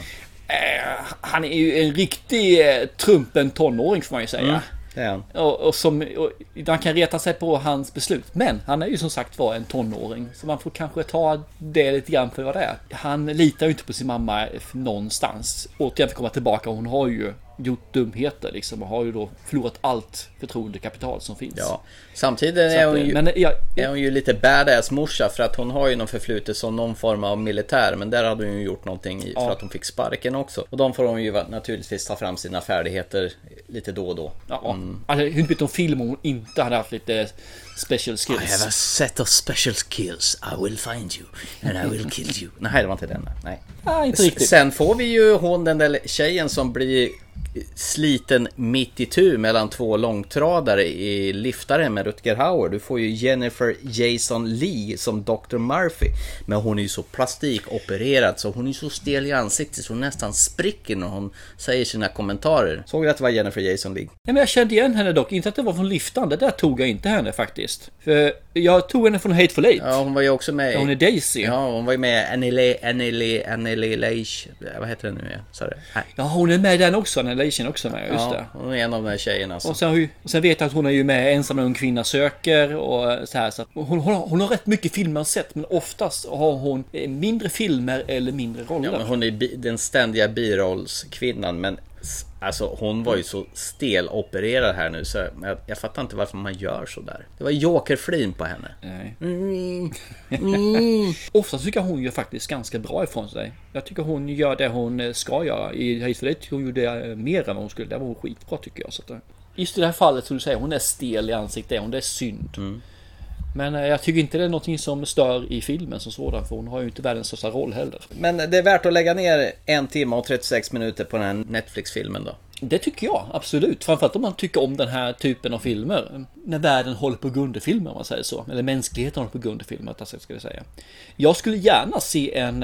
Eh, han är ju en riktig eh, trumpen tonåring får man ju säga. Mm. Ja. Och, och som och, man kan reta sig på hans beslut. Men han är ju som sagt var en tonåring, så man får kanske ta det lite grann för vad det är. Han litar ju inte på sin mamma någonstans. Återigen för att komma tillbaka, hon har ju gjort dumheter liksom, och har ju då förlorat allt förtroendekapital som finns. Ja. Samtidigt är hon, ju, men, ja, är hon ju lite badass morsa, för att hon har ju någon förflutet som någon form av militär, men där hade hon ju gjort någonting i, ja. För att hon fick sparken också. Och de får hon ju naturligtvis ta fram sina färdigheter lite då och då. Ja, mm. Alltså, hur bytte hon film om hon inte hade haft lite special skills? I have a set of special skills. I will find you and I will kill you. Nej, det var inte den. Nej. Ah, inte riktigt. Sen får vi ju hon, den där tjejen som blir sliten mitt i tu mellan två långtradare i liftare med Rutger Hauer. Du får ju Jennifer Jason Leigh som doktor Murphy, men hon är ju så plastikopererad så hon är så stel i ansiktet så hon nästan spricker när hon säger sina kommentarer. Såg du att det var Jennifer Jason Leigh? Ja, men jag kände igen henne dock, inte att det var från liftaren, det där tog jag inte henne faktiskt. För jag tog henne från Hateful Eight. Ja, hon var ju också med. Ja, hon är Daisy. Ja, hon var ju med Anneli Anneli Anneli Leish. Vad heter det nu? Sorry. Ja, hon är med den också, Anneli också med, just ja, det. Hon är en av de här tjejerna. Alltså. Och, sen, och sen vet jag att hon är ju med Ensam en ung kvinna söker och så här. Så hon, hon, har, hon har rätt mycket filmer sett, men oftast har hon mindre filmer eller mindre roller. Ja, men hon är bi, den ständiga birollskvinnan, men alltså hon var ju så stelopererad här nu så jag, jag fattar inte varför man gör så där. Det var jokerflin på henne. Nej. Mm. Mm. Ofta tycker jag hon gör faktiskt ganska bra ifrån sig. Jag tycker hon gör det hon ska göra. I Hateful Eight hon gjorde det mer än vad hon skulle. Det var hon skitbra tycker jag. Så att, just i det här fallet så du säger hon är stel i ansiktet. Hon är synd. Mm. Men jag tycker inte det är någonting som stör i filmen som sådan, för hon har ju inte världens största roll heller. Men det är värt att lägga ner en timme och trettiosex minuter på den här Netflix-filmen då? Det tycker jag, absolut. Framförallt om man tycker om den här typen av filmer. När världen håller på grundefilmer, om man säger så. Eller mänskligheten håller på grundefilmer, ska vi säga. Jag skulle gärna se en...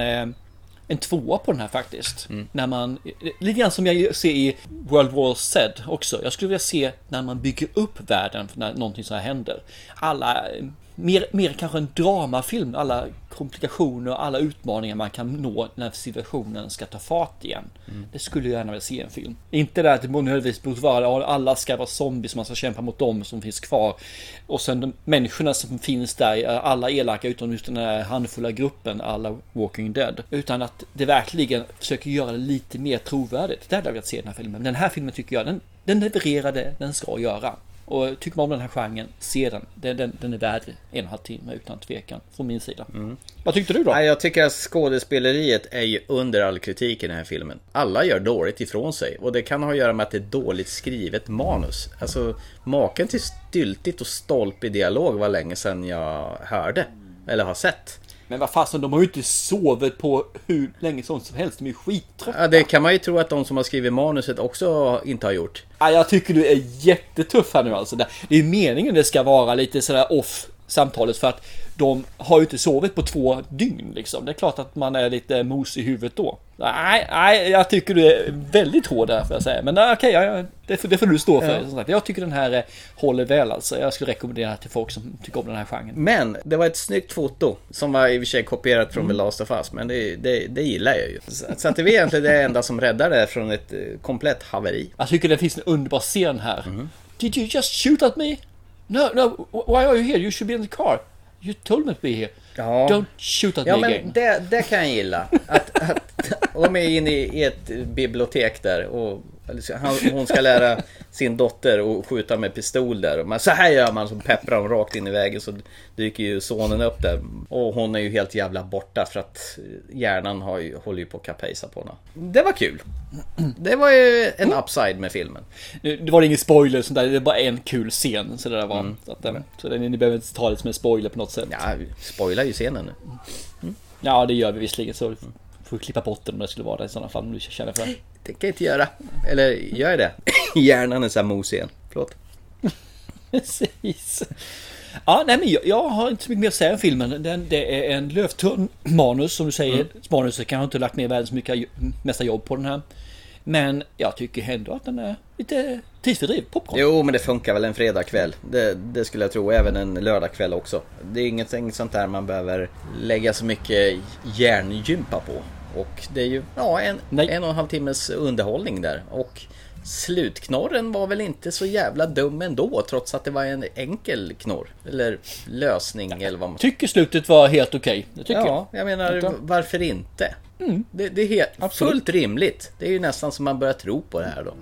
en tvåa på den här faktiskt. Mm. När man, lite grann som jag ser i World War Z också. Jag skulle vilja se när man bygger upp världen när någonting så här händer. Alla, mer, mer kanske en dramafilm. Alla komplikationer och alla utmaningar man kan nå när situationen ska ta fart igen. Mm. Det skulle jag gärna vilja se en film. Inte det att det nödvändigtvis måste vara alla ska vara zombies som man ska kämpa mot dem som finns kvar. Och sen de människorna som finns där, alla elaka utom just den här handfulla gruppen, alla Walking Dead. Utan att det verkligen försöker göra det lite mer trovärdigt. Det hade jag velat se den här filmen. Men den här filmen tycker jag, den, den levererade, den ska göra. Och tycker man om den här genren, se den. Den, den, den är värd en och en halv timme utan tvekan från min sida. Mm. Vad tyckte du då? Jag tycker att skådespeleriet är ju under all kritik i den här filmen. Alla gör dåligt ifrån sig. Och det kan ha att göra med att det är dåligt skrivet manus. Alltså, maken till styltigt och stolpig dialog var länge sedan jag hörde. Eller har sett. Men vad fasen, de har ju inte sovit på hur länge som helst. De är skittrötta. Ja, det kan man ju tro att de som har skrivit manuset också inte har gjort. Ja, jag tycker du är jättetuff här nu alltså. Det är ju meningen det ska vara lite sådär off samtalet, för att de har ju inte sovit på två dygn liksom. Det är klart att man är lite mos i huvudet då. Nej, nej, jag tycker du är väldigt hård där får jag säga. Men okej, okay, ja, det, får, det får du stå för. Ja. Jag tycker den här håller väl alltså. Jag skulle rekommendera den till folk som tycker om den här genren. Men det var ett snyggt foto som var i och för sig kopierat från mm. The Last of Us. Men det, det, det gillar jag ju. Så att det är egentligen det enda som räddar det från ett komplett haveri. Jag tycker det finns en underbar scen här. Mm. Did you just shoot at me? No, no, why are you here? You should be in the car. You told me to be here. Ja. Don't shoot at ja, me men again. Det, det kan jag gilla. Att, att de är inne i ett bibliotek där och han, hon ska lära sin dotter att skjuta med pistol där. Men så här gör man, så pepprar hon rakt in i vägen, så dyker ju sonen upp där. Och hon är ju helt jävla borta för att hjärnan har ju, håller ju på att kapejsa på henne. Det var kul. Det var ju en upside med filmen. Det var ingen spoiler, sånt där. Det var en kul scen. Så det där var, mm. så, att den, så den, ni behöver inte ta det som en spoiler på något sätt. Ja, spoilar ju scenen nu. Mm. Ja, det gör vi visserligen. Så får vi klippa bort den om det skulle vara det i sådana fall, om du känner för det. Det kan jag inte göra. Eller gör jag det? Hjärnan är så här mosig igen. Förlåt. Precis. Ja, nej men jag, jag har inte så mycket mer att säga om filmen. Den, det är en lövtunn manus, som du säger. Mm. Manuset kan jag inte lagt ner världens mycket mesta jobb på den här. Men jag tycker ändå att den är lite tidsfördriv, popcorn. Jo, men det funkar väl en fredagkväll. Det, det skulle jag tro, även en lördagkväll också. Det är ingenting sånt där man behöver lägga så mycket hjärngympa på. Och det är ju ja, en, en och en halv timmes underhållning där. Och slutknorren var väl inte så jävla dum ändå, trots att det var en enkel knorr. Eller lösning, eller vad man tycker slutet var helt okej. Okay. Ja, jag, jag menar, inte. Varför inte? Mm. Det, det är helt, fullt rimligt. Det är ju nästan som man börjar tro på det här då.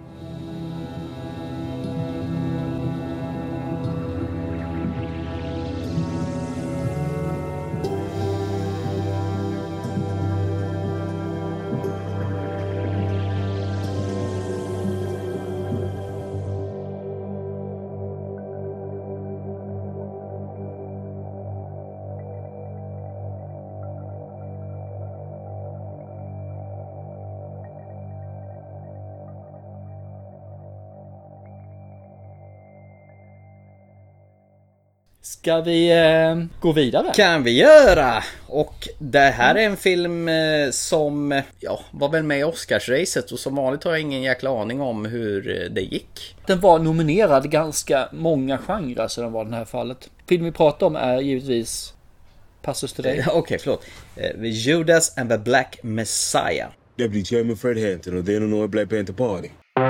Ska vi eh, gå vidare? Kan vi göra! Och det här är en film eh, som ja, var väl med i Oscarsracet. Och som vanligt har jag ingen jäkla aning om hur det gick. Den var nominerad ganska många genrer, så den var den här fallet. Filmen vi pratar om är givetvis Passus till dig. Okej, okay, förlåt. Uh, Judas and the Black Messiah. Deputy Chairman Fred Hampton of the Illinois Black Panther Party.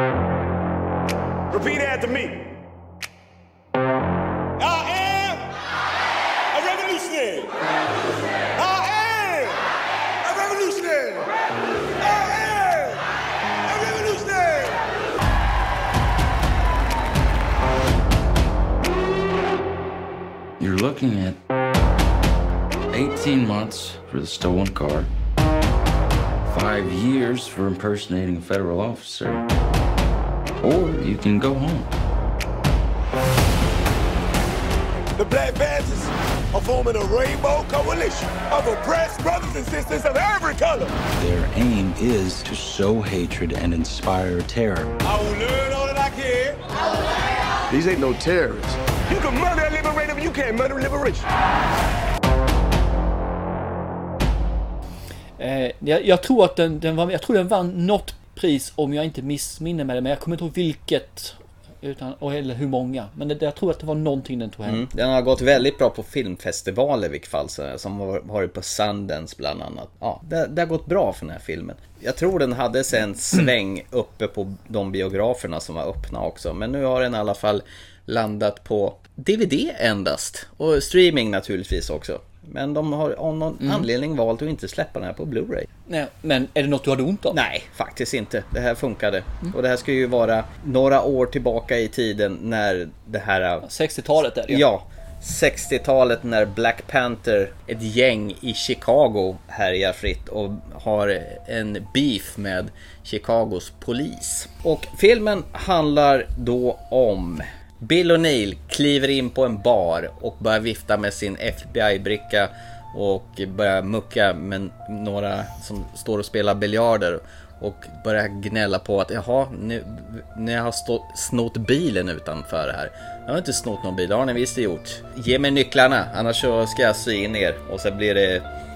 Repeat after me. You're looking at eighteen months for the stolen car, five years for impersonating a federal officer, or you can go home. The Black Panthers are forming a rainbow coalition of oppressed brothers and sisters of every color. Their aim is to sow hatred and inspire terror. I will learn all that I can. These ain't no terrorists. You can murder and liberate them, you can't murder liberation. Eh, jag, jag tror att den, den var, jag tror den vann något pris, om jag inte missminner med det, men jag kommer inte ihåg vilket, utan, eller hur många. Men det, jag tror att det var någonting den tog hem. Mm. Den har gått väldigt bra på filmfestivaler i vilket fall, så, som har varit på Sundance bland annat. Ja, det, det har gått bra för den här filmen. Jag tror den hade sen sväng uppe på de biograferna som var öppna också. Men nu har den i alla fall landat på D V D endast. Och streaming naturligtvis också. Men de har av någon mm. anledning valt att inte släppa den här på Blu-ray. Nej, men är det något du hade ont av? Nej, faktiskt inte. Det här funkade. Mm. Och det här ska ju vara några år tillbaka i tiden när det här... sextiotalet är det. Ja, sextiotalet när Black Panther, ett gäng i Chicago, härjar fritt och har en beef med Chicagos polis. Och filmen handlar då om... Bill O'Neill kliver in på en bar och börjar vifta med sin F B I-bricka och börjar mucka med några som står och spelar biljarder och börjar gnälla på att jaha, nu, nu har jag stå, snott bilen utanför det här. Jag har inte snott någon bil, det har ni visst gjort. Ge mig nycklarna, annars så ska jag sy in er. Och så blir det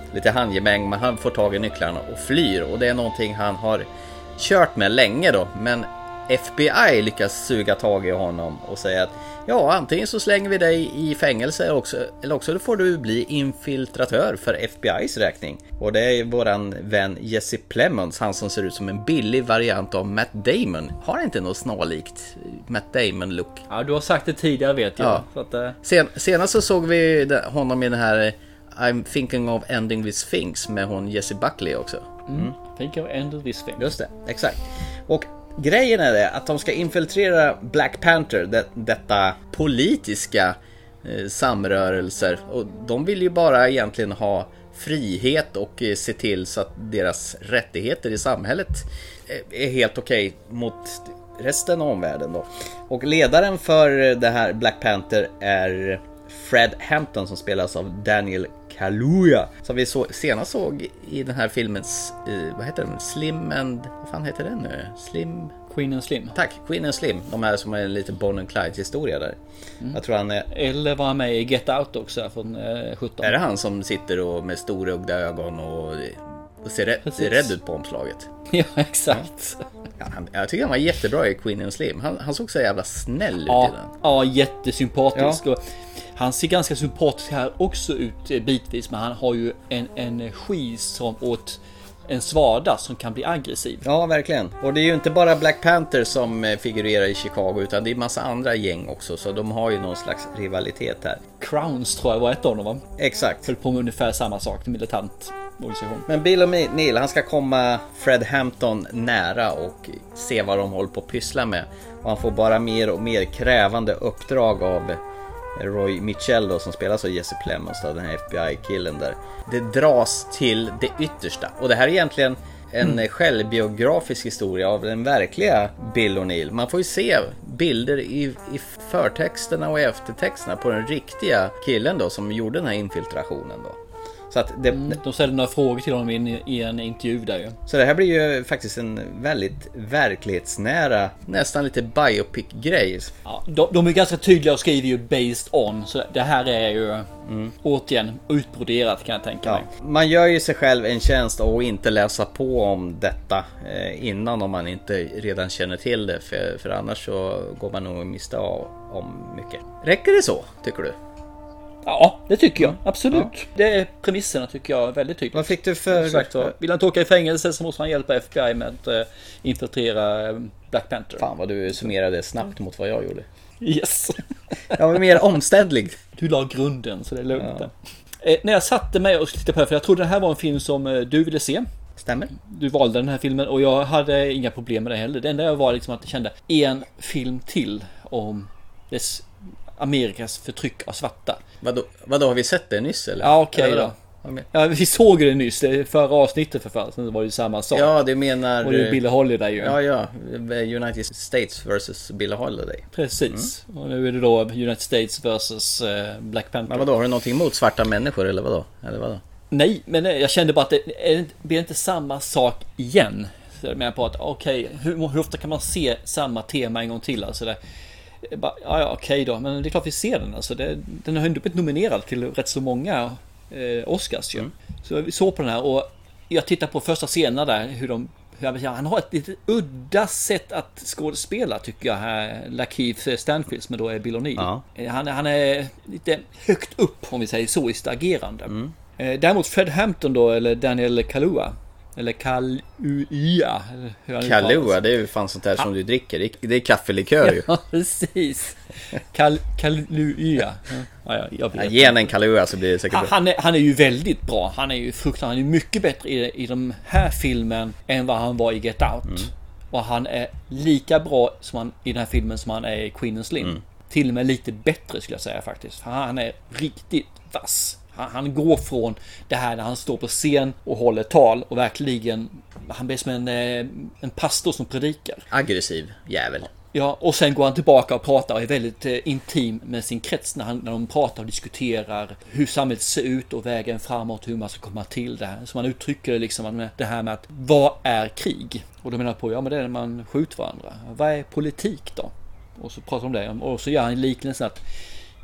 lite handgemäng, men han får tag i nycklarna och flyr. Och det är någonting han har kört med länge då. Men F B I lyckas suga tag i honom och säga att ja, antingen så slänger vi dig i fängelse också, eller också får du bli infiltratör för F B I:s räkning. Och det är våran vän Jesse Plemons, han som ser ut som en billig variant av Matt Damon. Har inte något snarlikt Matt Damon-look? Ja, du har sagt det tidigare, vet jag. Ja. Så att, uh... Sen, senast så såg vi honom i den här I'm thinking of ending this things med hon Jessie Buckley också. Mm. Mm. Think of ending this things. Just det, exakt. Och grejen är det att de ska infiltrera Black Panther, det, detta politiska eh, samrörelser. Och de vill ju bara egentligen ha frihet och eh, se till så att deras rättigheter i samhället eh, är helt okej okay mot resten av omvärlden då. Och ledaren för det här Black Panther är Fred Hampton som spelas av Daniel Kaluuya, som vi så, senast såg i den här filmens eh, vad heter den? Slim and... vad fan heter den nu? Slim... Queen and Slim. Tack, Queen and Slim. De här som är lite Bonnie and Clyde historia där. Mm. Jag tror han är... Eller var han med i Get Out också från eh, sjutton. Är det han som sitter och med storögda ögon och, och ser, rädd, ser rädd ut på omslaget? Ja, exakt. Ja, han, jag tycker han var jättebra i Queen and Slim. Han, han såg så jävla snäll ja, ut i den. Ja, jättesympatisk. Ja. Och han ser ganska sympatisk här också ut bitvis, men han har ju en energi som åt en svada som kan bli aggressiv. Ja, verkligen. Och det är ju inte bara Black Panther som figurerar i Chicago, utan det är massa andra gäng också, så de har ju någon slags rivalitet här. Crowns tror jag var ett av dem, va? Exakt. Höll på med ungefär samma sak, militant organisation. Men Bill O'Neill, han ska komma Fred Hampton nära och se vad de håller på att pyssla med. Och han får bara mer och mer krävande uppdrag av Roy Mitchell då, som spelas av Jesse Plemons, den här F B I-killen där. Det dras till det yttersta. Och det här är egentligen en mm. självbiografisk historia av den verkliga Bill O'Neill. Man får ju se bilder i, i förtexterna och eftertexterna på den riktiga killen då, som gjorde den här infiltrationen då. Så att det, mm, de ställde några frågor till honom i, i en intervju där ju. Så det här blir ju faktiskt en väldigt verklighetsnära, nästan lite biopic-grej. Ja, de, de är ganska tydliga och skriver ju based on. Så det här är ju mm. återigen utbroderat, kan jag tänka mig. Ja, man gör ju sig själv en tjänst och inte läsa på om detta eh, innan, om man inte redan känner till det. För, för annars så går man nog miste om mycket. Räcker det så, tycker du? Ja, det tycker jag. Absolut. Ja. Det är premisserna, tycker jag, väldigt tydligt. Vad fick du för... Sagt, så, vill han inte åka i fängelse så måste han hjälpa F B I med att uh, infiltrera Black Panther. Fan vad du summerade snabbt mot vad jag gjorde. Yes. Jag var mer omständlig. Du la grunden, så det är lugnt. Ja. Eh, när jag satte mig och tittade på det, för jag trodde det här var en film som eh, du ville se. Stämmer. Du valde den här filmen och jag hade inga problem med det heller. Det enda jag var liksom att jag kände en film till om dess Amerikas förtryck av svarta. Vadå, vadå har vi sett det nyss eller? Ja, okej okay, då. Ja, vi såg det nyss, det förra avsnittet för fan, så var det ju samma sak. Ja, det menar... Och det är Billie Holiday ju. Ja, ja, United States versus Billie Holiday. Precis, mm. Och nu är det då United States versus Black Panther. Men vadå, har du någonting emot svarta människor eller vadå? Eller vadå? Nej, men jag kände bara att det blir inte samma sak igen. Så jag menar på att, okej, okay, hur, hur ofta kan man se samma tema en gång till? Alltså det, bara, ja, ja okej okay då, men det är klart vi ser den. Alltså det, den har ändå blivit nominerad till rätt så många eh, Oscars ju. Mm. Så vi såg på den här och jag tittar på första scenen där, hur de hur, han har ett lite udda sätt att skådespela tycker jag här, Lakeith Stanfield som då är Bill O'Neill. Ja. Han, han är lite högt upp om vi säger så i sitt agerande. Mm. Eh, däremot Fred Hampton då, eller Daniel Kaluuya eller Kaluuya. Kaluuya, det är ju fan sånt där som du dricker. Det är kaffelikör ju. Ja, precis. Kal, Kaluuya. Ja, ja, jag vet. Ja, ge en Kaluuya så blir det säkert bra. Han är, han är ju väldigt bra. Han är ju fruktansvärt. Han är mycket bättre i, i den här filmen än vad han var i Get Out. Mm. Och han är lika bra som han, i den här filmen som han är i Queen and Slim. Mm. Till och med lite bättre skulle jag säga faktiskt. För han är riktigt vass. Han går från det här när han står på scen och håller tal och verkligen, han blir som en, en pastor som predikar. Aggressiv jävel. Ja, och sen går han tillbaka och pratar och är väldigt intim med sin krets när, han, när de pratar och diskuterar hur samhället ser ut och vägen framåt, hur man ska komma till det här. Så man uttrycker det liksom det här med att vad är krig? Och då menar jag på, ja men det är när man skjuter varandra. Vad är politik då? Och så pratar de om det och så gör han liknelsen att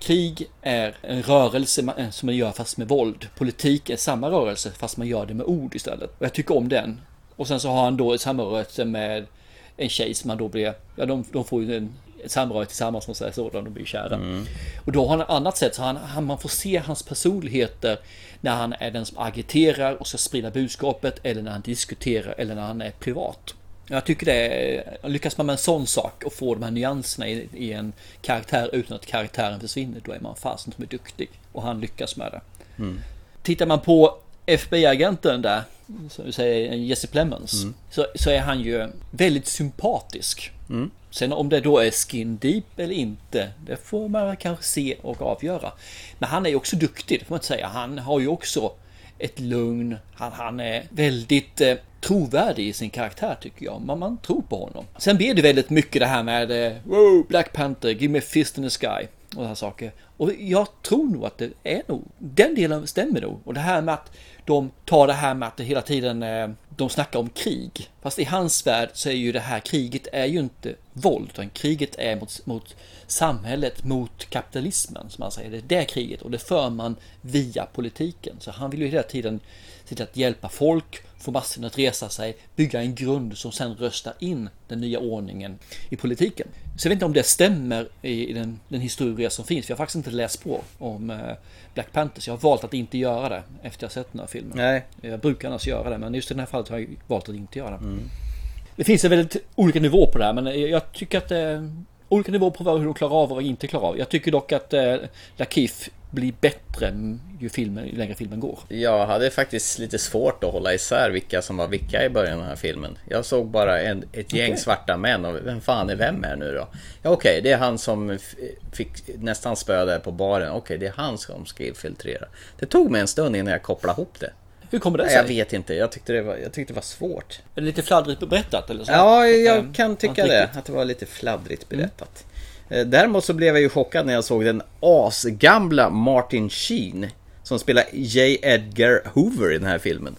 krig är en rörelse som man gör fast med våld. Politik är samma rörelse fast man gör det med ord istället. Och jag tycker om den. Och sen så har han då ett samrörelse med en tjej som man då blir, ja de, de får ju en, ett samröre tillsammans som säger så, de blir kära. Mm. Och då har han ett annat sätt, så han, han, man får se hans personligheter när han är den som agiterar och ska sprida budskapet, eller när han diskuterar, eller när han är privat. Jag tycker det är, lyckas man med en sån sak och få de här nyanserna i, i en karaktär utan att karaktären försvinner, då är man fasen som är duktig. Och han lyckas med det. Mm. Tittar man på F B I-agenten där, som vi säger Jesse Plemons, mm. så, så är han ju väldigt sympatisk. Mm. Sen om det då är skin deep eller inte, det får man kanske se och avgöra. Men han är ju också duktig, det får man inte säga. Han har ju också ett lugn. Han, han är väldigt eh, trovärdig i sin karaktär, tycker jag. Man, man tror på honom. Sen blir det väldigt mycket det här med eh, wow, Black Panther, give me a fist in the sky och här saker. Och jag tror nog att det är nog, den delen stämmer nog. Och det här med att de tar det här med att det hela tiden eh, de snackar om krig. Fast i hans värld så är ju det här kriget är ju inte våld, utan kriget är mot, mot samhället, mot kapitalismen, som man säger. Det är det kriget, och det för man via politiken. Så han vill ju hela tiden se till att hjälpa folk, få massorna att resa sig, bygga en grund som sen röstar in den nya ordningen i politiken. Så jag vet inte om det stämmer i den, den historia som finns, för jag har faktiskt inte läst på om eh, Black Panther, så jag har valt att inte göra det efter jag sett den här filmen. Nej. Jag brukar annars göra det, men just i den här fallet har jag valt att inte göra det. Mm. Det finns en väldigt olika nivå på det här, men jag tycker att eh, olika nivå på hur de klarar av och inte klarar av. Jag tycker dock att eh, Lakeith blir bättre ju, filmen, ju längre filmen går. Jag hade faktiskt lite svårt att hålla isär vilka som var vilka i början av den här filmen. Jag såg bara en, ett gäng okay. svarta män, och vem fan är vem är nu då? Ja, okej, okay, det är han som fick nästan spöda på baren. Okej, okay, det är han som ska infiltrera. Det tog mig en stund innan jag kopplade ihop det. Hur kommer det sig? Jag vet inte, jag tyckte det var, jag tyckte det var svårt. Är det lite fladdrigt berättat eller så? Ja, jag kan tycka det, att det var lite fladdrigt berättat. Mm. Däremot så blev jag ju chockad när jag såg den asgamla Martin Sheen som spelar J. Edgar Hoover i den här filmen.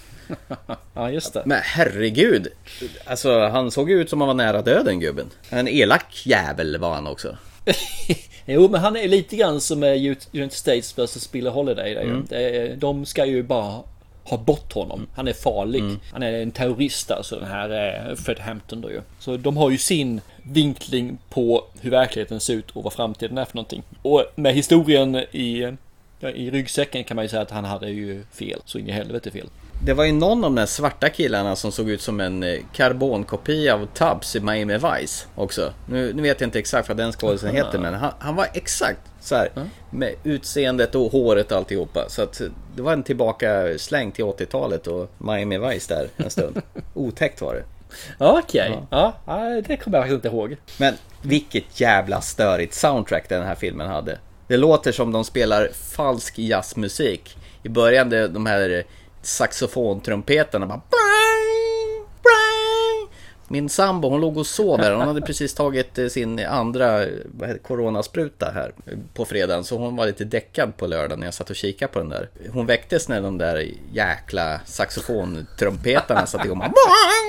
Ja, just det. Men herregud, alltså han såg ut som han var nära döden, gubben. En elak jävel var han också. Jo, men han är lite grann som United States versus Billie Holiday där, mm. De ska ju bara ha bort honom. Han är farlig. Mm. Han är en terrorist, alltså den här Fred Hampton då ju. Så de har ju sin vinkling på hur verkligheten ser ut och vad framtiden är för någonting. Och med historien i, ja, i ryggsäcken kan man ju säga att han hade ju fel. Så in i helvete fel. Det var ju någon av de där svarta killarna som såg ut som en karbonkopia av Tubbs i Miami Vice också. Nu, nu vet jag inte exakt vad den skådespelaren heter, men han, han var exakt så här mm. med utseendet och håret och alltihopa. Så att det var en tillbaka släng till åttiotalet och Miami Vice där en stund. Otäckt var det. Okej, okay. ja. ja, det kommer jag faktiskt inte ihåg. Men vilket jävla störigt soundtrack den här filmen hade. Det låter som de spelar falsk jazzmusik. I början det, de här saxofontrumpeterna bara brang, brang. Min sambo, hon låg och sov där. Hon hade precis tagit sin andra coronaspruta här på fredagen, så hon var lite däckad på lördagen när jag satt och kikade på den där. Hon väcktes när de där jäkla saxofontrumpeterna satt igång. Brang,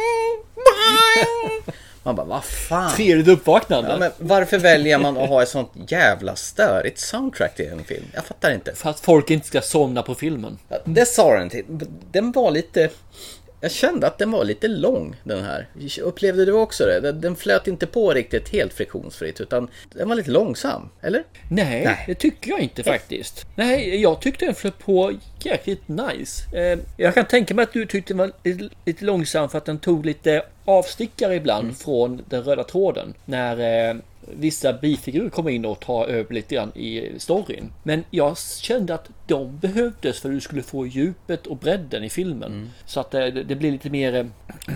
brang. Man bara, vad fan? Trevligt uppvaknande. Ja, men varför väljer man att ha ett sånt jävla störigt soundtrack till en film? Jag fattar inte. För att folk inte ska somna på filmen. Ja, det sa den till. Den var lite... Jag kände att den var lite lång, den här. Upplevde du också det? Den flöt inte på riktigt helt friktionsfritt, utan den var lite långsam, eller? Nej, Nej. det tycker jag inte faktiskt. Nej, jag tyckte den flöt på jäkligt nice. Eh, jag kan tänka mig att du tyckte den var lite, lite långsam för att den tog lite avstickare ibland mm. från den röda tråden. När... Eh, vissa bifigurer kommer in och tar över lite grann i storyn. Men jag kände att de behövdes för att du skulle få djupet och bredden i filmen. Mm. Så att det, det blir lite mer äh,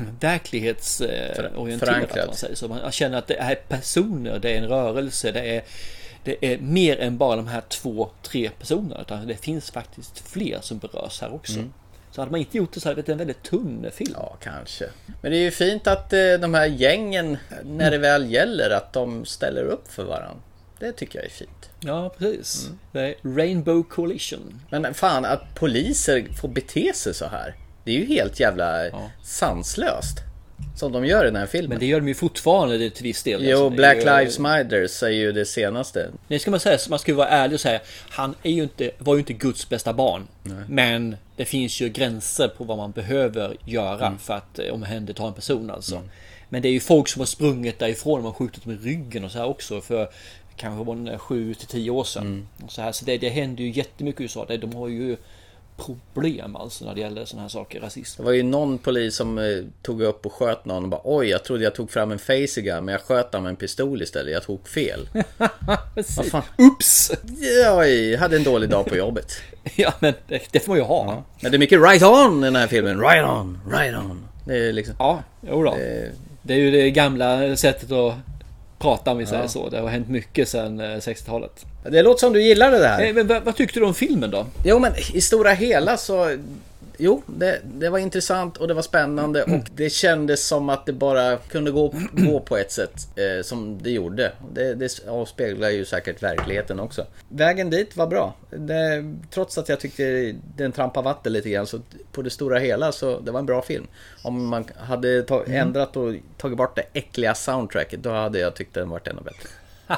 verklighetsorienterat. Man säger. Så man känner att det är personer, det är en rörelse, det är, det är mer än bara de här två, tre personerna. Utan det finns faktiskt fler som berörs här också. Mm. Så hade man inte gjort det så hade det en väldigt tunn film. Ja, kanske. Men det är ju fint att eh, de här gängen, när det väl gäller, att de ställer upp för varandra. Det tycker jag är fint. Ja, precis. Mm. Det är Rainbow Coalition. Men fan, att poliser får bete sig så här, det är ju helt jävla ja. sanslöst. som de gör i den här filmen. Men det gör de ju fortfarande till viss del. Jo, alltså, Black ju, Lives Matter är ju det senaste. Det ska man säga, man ska ju vara ärlig och säga, han är ju inte, var ju inte Guds bästa barn. Nej. Men det finns ju gränser på vad man behöver göra mm. för att omhänderta en person alltså. Mm. Men det är ju folk som har sprungit därifrån, de har skjutit med ryggen och så här också för kanske var sju till tio år sedan. Mm. Och så här, så det, det händer ju jättemycket i U S A. De har ju problem alltså när det gäller såna här saker, rasism. Det var ju någon polis som eh, tog upp och sköt någon och bara oj, jag trodde jag tog fram en facegun men jag sköt han med en pistol istället, jag tog fel. Vad fan? Ups! Ja, jag hade en dålig dag på jobbet. Ja, men det, det får man ju ha. Ja. Men det är mycket right on i den här filmen. Right on, right on. Det är liksom... Ja, jo då. Det... det är ju det gamla sättet att prata om vi säger ja. så. Det har hänt mycket sedan sextiotalet. Det låter som du gillar det här. Men vad, vad tyckte du om filmen då? Jo, men i stora hela så... Jo, det, det var intressant och det var spännande och det kändes som att det bara kunde gå, gå på ett sätt eh, som det gjorde. Det, det avspeglar ju säkert verkligheten också. Vägen dit var bra. Det, trots att jag tyckte den trampade vatten lite grann så på det stora hela så det var en bra film. Om man hade tag, ändrat och tagit bort det äckliga soundtracket då hade jag tyckt den varit ännu bättre.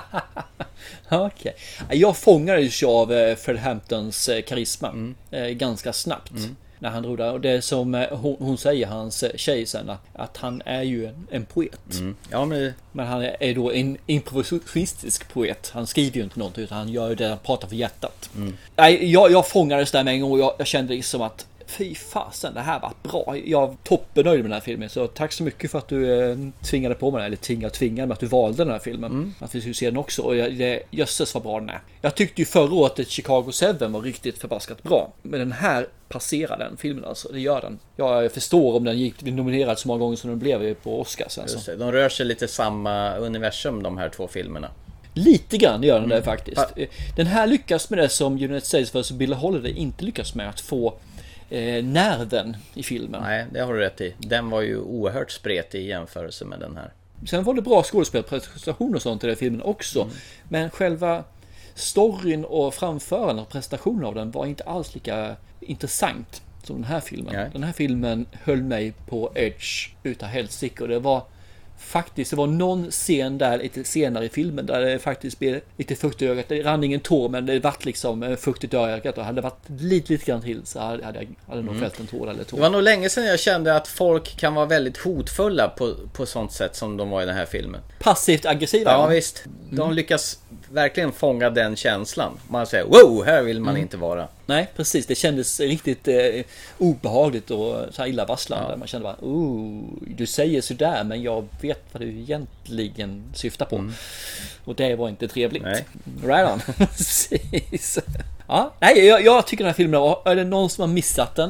Okej. Okay. Jag fångades ju av Fred Hamptons karisma mm. ganska snabbt. Mm. När han drog där. Och det som hon, hon säger, hans tjej sen, att han är ju en, en poet. Mm. Ja, men... men han är då en improvisistisk poet. Han skriver ju inte något utan han gör det, han pratar för hjärtat. Mm. Nej, jag, jag fångades där med en gång och jag, jag kände liksom att fy fasen, det här var bra. Jag är toppennöjd med den här filmen. Så tack så mycket för att du eh, tvingade på mig, eller tvingade tvingade med att du valde den här filmen. Mm. Att vi skulle se den också. Och det, jösses vad bra den är. Jag tyckte ju förra året att Chicago Seven var riktigt förbaskat bra. Men den här passerar den filmen alltså. Det gör den. Jag förstår om den gick nominerad så många gånger som den blev på Oscars. Alltså. Just det, de rör sig lite samma universum de här två filmerna. Lite grann gör den mm. det faktiskt. Den här lyckas med det som United States versus. Billie Holiday inte lyckas med, att få Eh, nerven i filmen. Nej, det har du rätt i. Den var ju oerhört spretig i jämförelse med den här. Sen var det bra skådespelprestation och sånt i den filmen också. Mm. Men själva storyn och framförandet och presentationen av den var inte alls lika intressant som den här filmen. Nej. Den här filmen höll mig på edge utav helsike och det var faktiskt, det var någon scen där lite senare i filmen där det faktiskt blev lite fukt i ögat. Det rann ingen tår men det var liksom fuktigt i ögat och hade det varit lite, lite grann till så hade jag hade nog mm. fällt en tår eller två. Det var nog länge sedan jag kände att folk kan vara väldigt hotfulla på, på sånt sätt som de var i den här filmen. Passivt aggressiva. Ja visst, de mm. lyckas verkligen fånga den känslan. Man säger, wow, här vill man mm. inte vara. Nej, precis. Det kändes riktigt eh, obehagligt och så här illavarslande. Ja. Man kände bara, oh, du säger sådär men jag vet vad du egentligen syftar på. Mm. Och det var inte trevligt. Nej. Right on. Precis. Ja, nej, jag, jag tycker den här filmen, är det någon som har missat den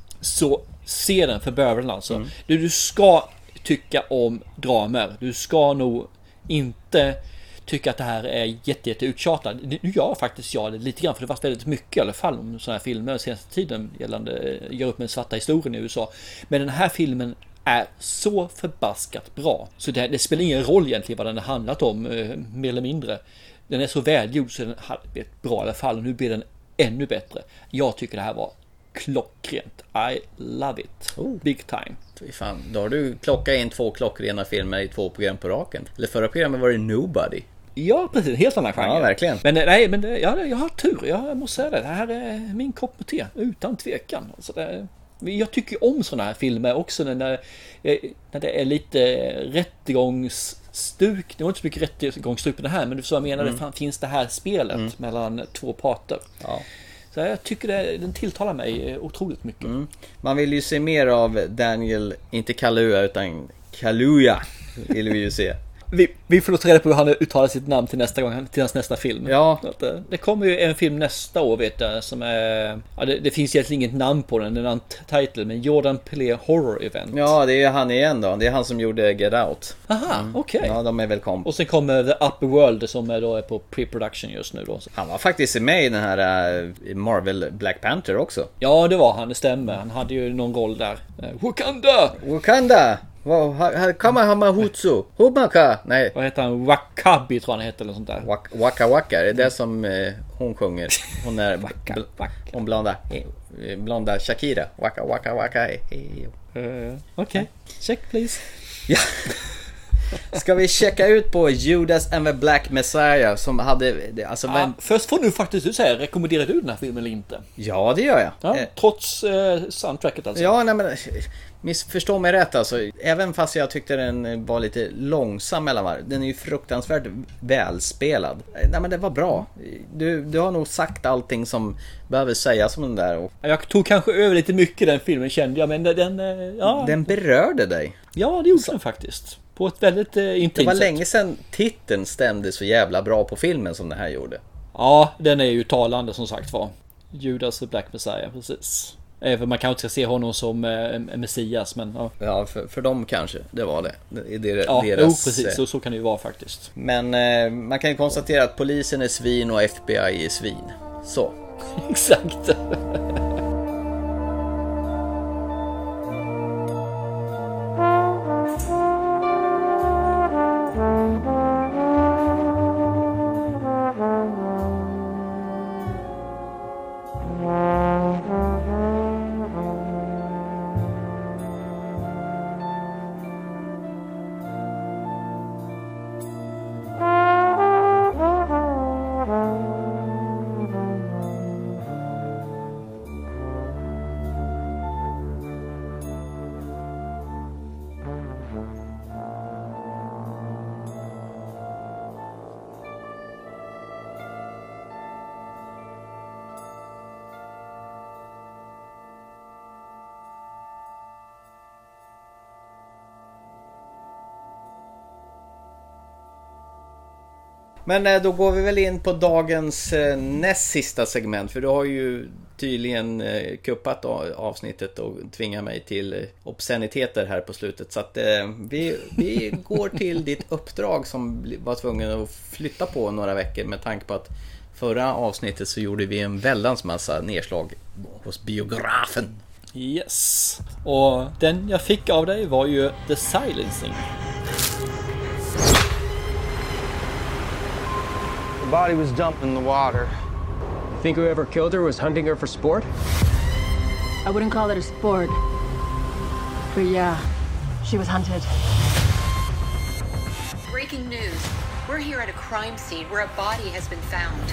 så se den för bövelen alltså. Mm. Du, du ska tycka om dramer. Du ska nog inte tycka att det här är jätte, jätte uttjatat. Nu gör faktiskt jag det lite grann, för det har varit väldigt mycket i alla fall om sådana här filmer senaste tiden gällande gör upp med svarta historien i U S A. Men den här filmen är så förbaskat bra så det, det spelar ingen roll egentligen vad den har handlat om, eh, mer eller mindre. Den är så välgjord så den har blivit bra i alla fall och nu blir den ännu bättre. Jag tycker det här var klockrent. I love it. Oh. Big time. Fan, då har du klockat in två klockrena filmer i två program på raken. Eller förra programmet var det Nobody. Ja, precis. Helt annan genre. Ja, verkligen. Men nej, men det, ja, jag har tur. Jag måste säga det. Det här är min kopp med te. Utan tvekan. Alltså det, jag tycker om sådana här filmer också när, när det är lite rättegångsstuk. Det var inte så mycket rättegångsstuk på det här, men du så jag menar, mm. det finns det här spelet mm. mellan två parter. Ja. Så jag tycker det, den tilltalar mig otroligt mycket. Mm. Man vill ju se mer av Daniel, inte Kaluuya utan Kaluuya vill vi ju se. Vi, vi får ta reda på hur han uttalar sitt namn till nästa gång, till hans nästa film. Ja. Det, det kommer ju en film nästa år, vet jag, som är... Ja, det, det finns egentligen inget namn på den, den är en titel, men Jordan Peele Horror Event. Ja, det är han igen då. Det är han som gjorde Get Out. Aha, mm. okej. Okay. Ja, de är välkomna. Och sen kommer The Upper World som är då är på pre-production just nu då. Han var faktiskt med i den här uh, Marvel Black Panther också. Ja, det var han, det stämmer. Han hade ju någon roll där. Uh, Wakanda! Wakanda! Wow, här kommer Hamahutsu. Humaka. Nej. Vad heter han? Wakabi tror han heter eller sånt där. Waka Waka, waka. Det är det som eh, hon sjunger. Hon är waka, bl- waka. Hon blonda blonda Shakira. Waka waka waka. Hey, hey. Uh, Okej. Okay. Check please. Ja. Ska vi checka ut på Judas and the Black Messiah som hade... Alltså, ja, men... Först får nu faktiskt du säga, rekommenderar du den här filmen eller inte? Ja, det gör jag. Ja, eh. trots eh, soundtracket alltså. Ja, nej men... Missförstå mig rätt alltså. Även fast jag tyckte den var lite långsam mellan varv. Den är ju fruktansvärt välspelad. Nej men det var bra. Du, du har nog sagt allting som behöver sägas om den där. Och... Jag tog kanske över lite mycket den filmen, kände jag. Men den... Ja. Den berörde dig. Ja, det gjorde den faktiskt. På ett väldigt eh, intimt Det var sätt. länge sedan titeln stämde så jävla bra på filmen som den här gjorde. Ja, den är ju talande som sagt var. Judas the Black Messiah, precis. Även man kanske inte ska se honom som eh, en messias, men ja. Ja, för, för dem kanske det var det. det, det ja, deras, jo, precis. Så, så kan det ju vara faktiskt. Men eh, man kan ju konstatera att polisen är svin och F B I är svin. Så. Exakt. Men då går vi väl in på dagens näst sista segment. För du har ju tydligen kuppat avsnittet och tvingat mig till obsceniteter här på slutet. Så att vi, vi går till ditt uppdrag som var tvungen att flytta på några veckor. Med tanke på att förra avsnittet så gjorde vi en väldans massa nedslag hos biografen. Yes. Och den jag fick av dig var ju The Silencing. The body was dumped in the water. You think whoever killed her was hunting her for sport? I wouldn't call it a sport. But yeah, she was hunted. Breaking news. We're here at a crime scene where a body has been found.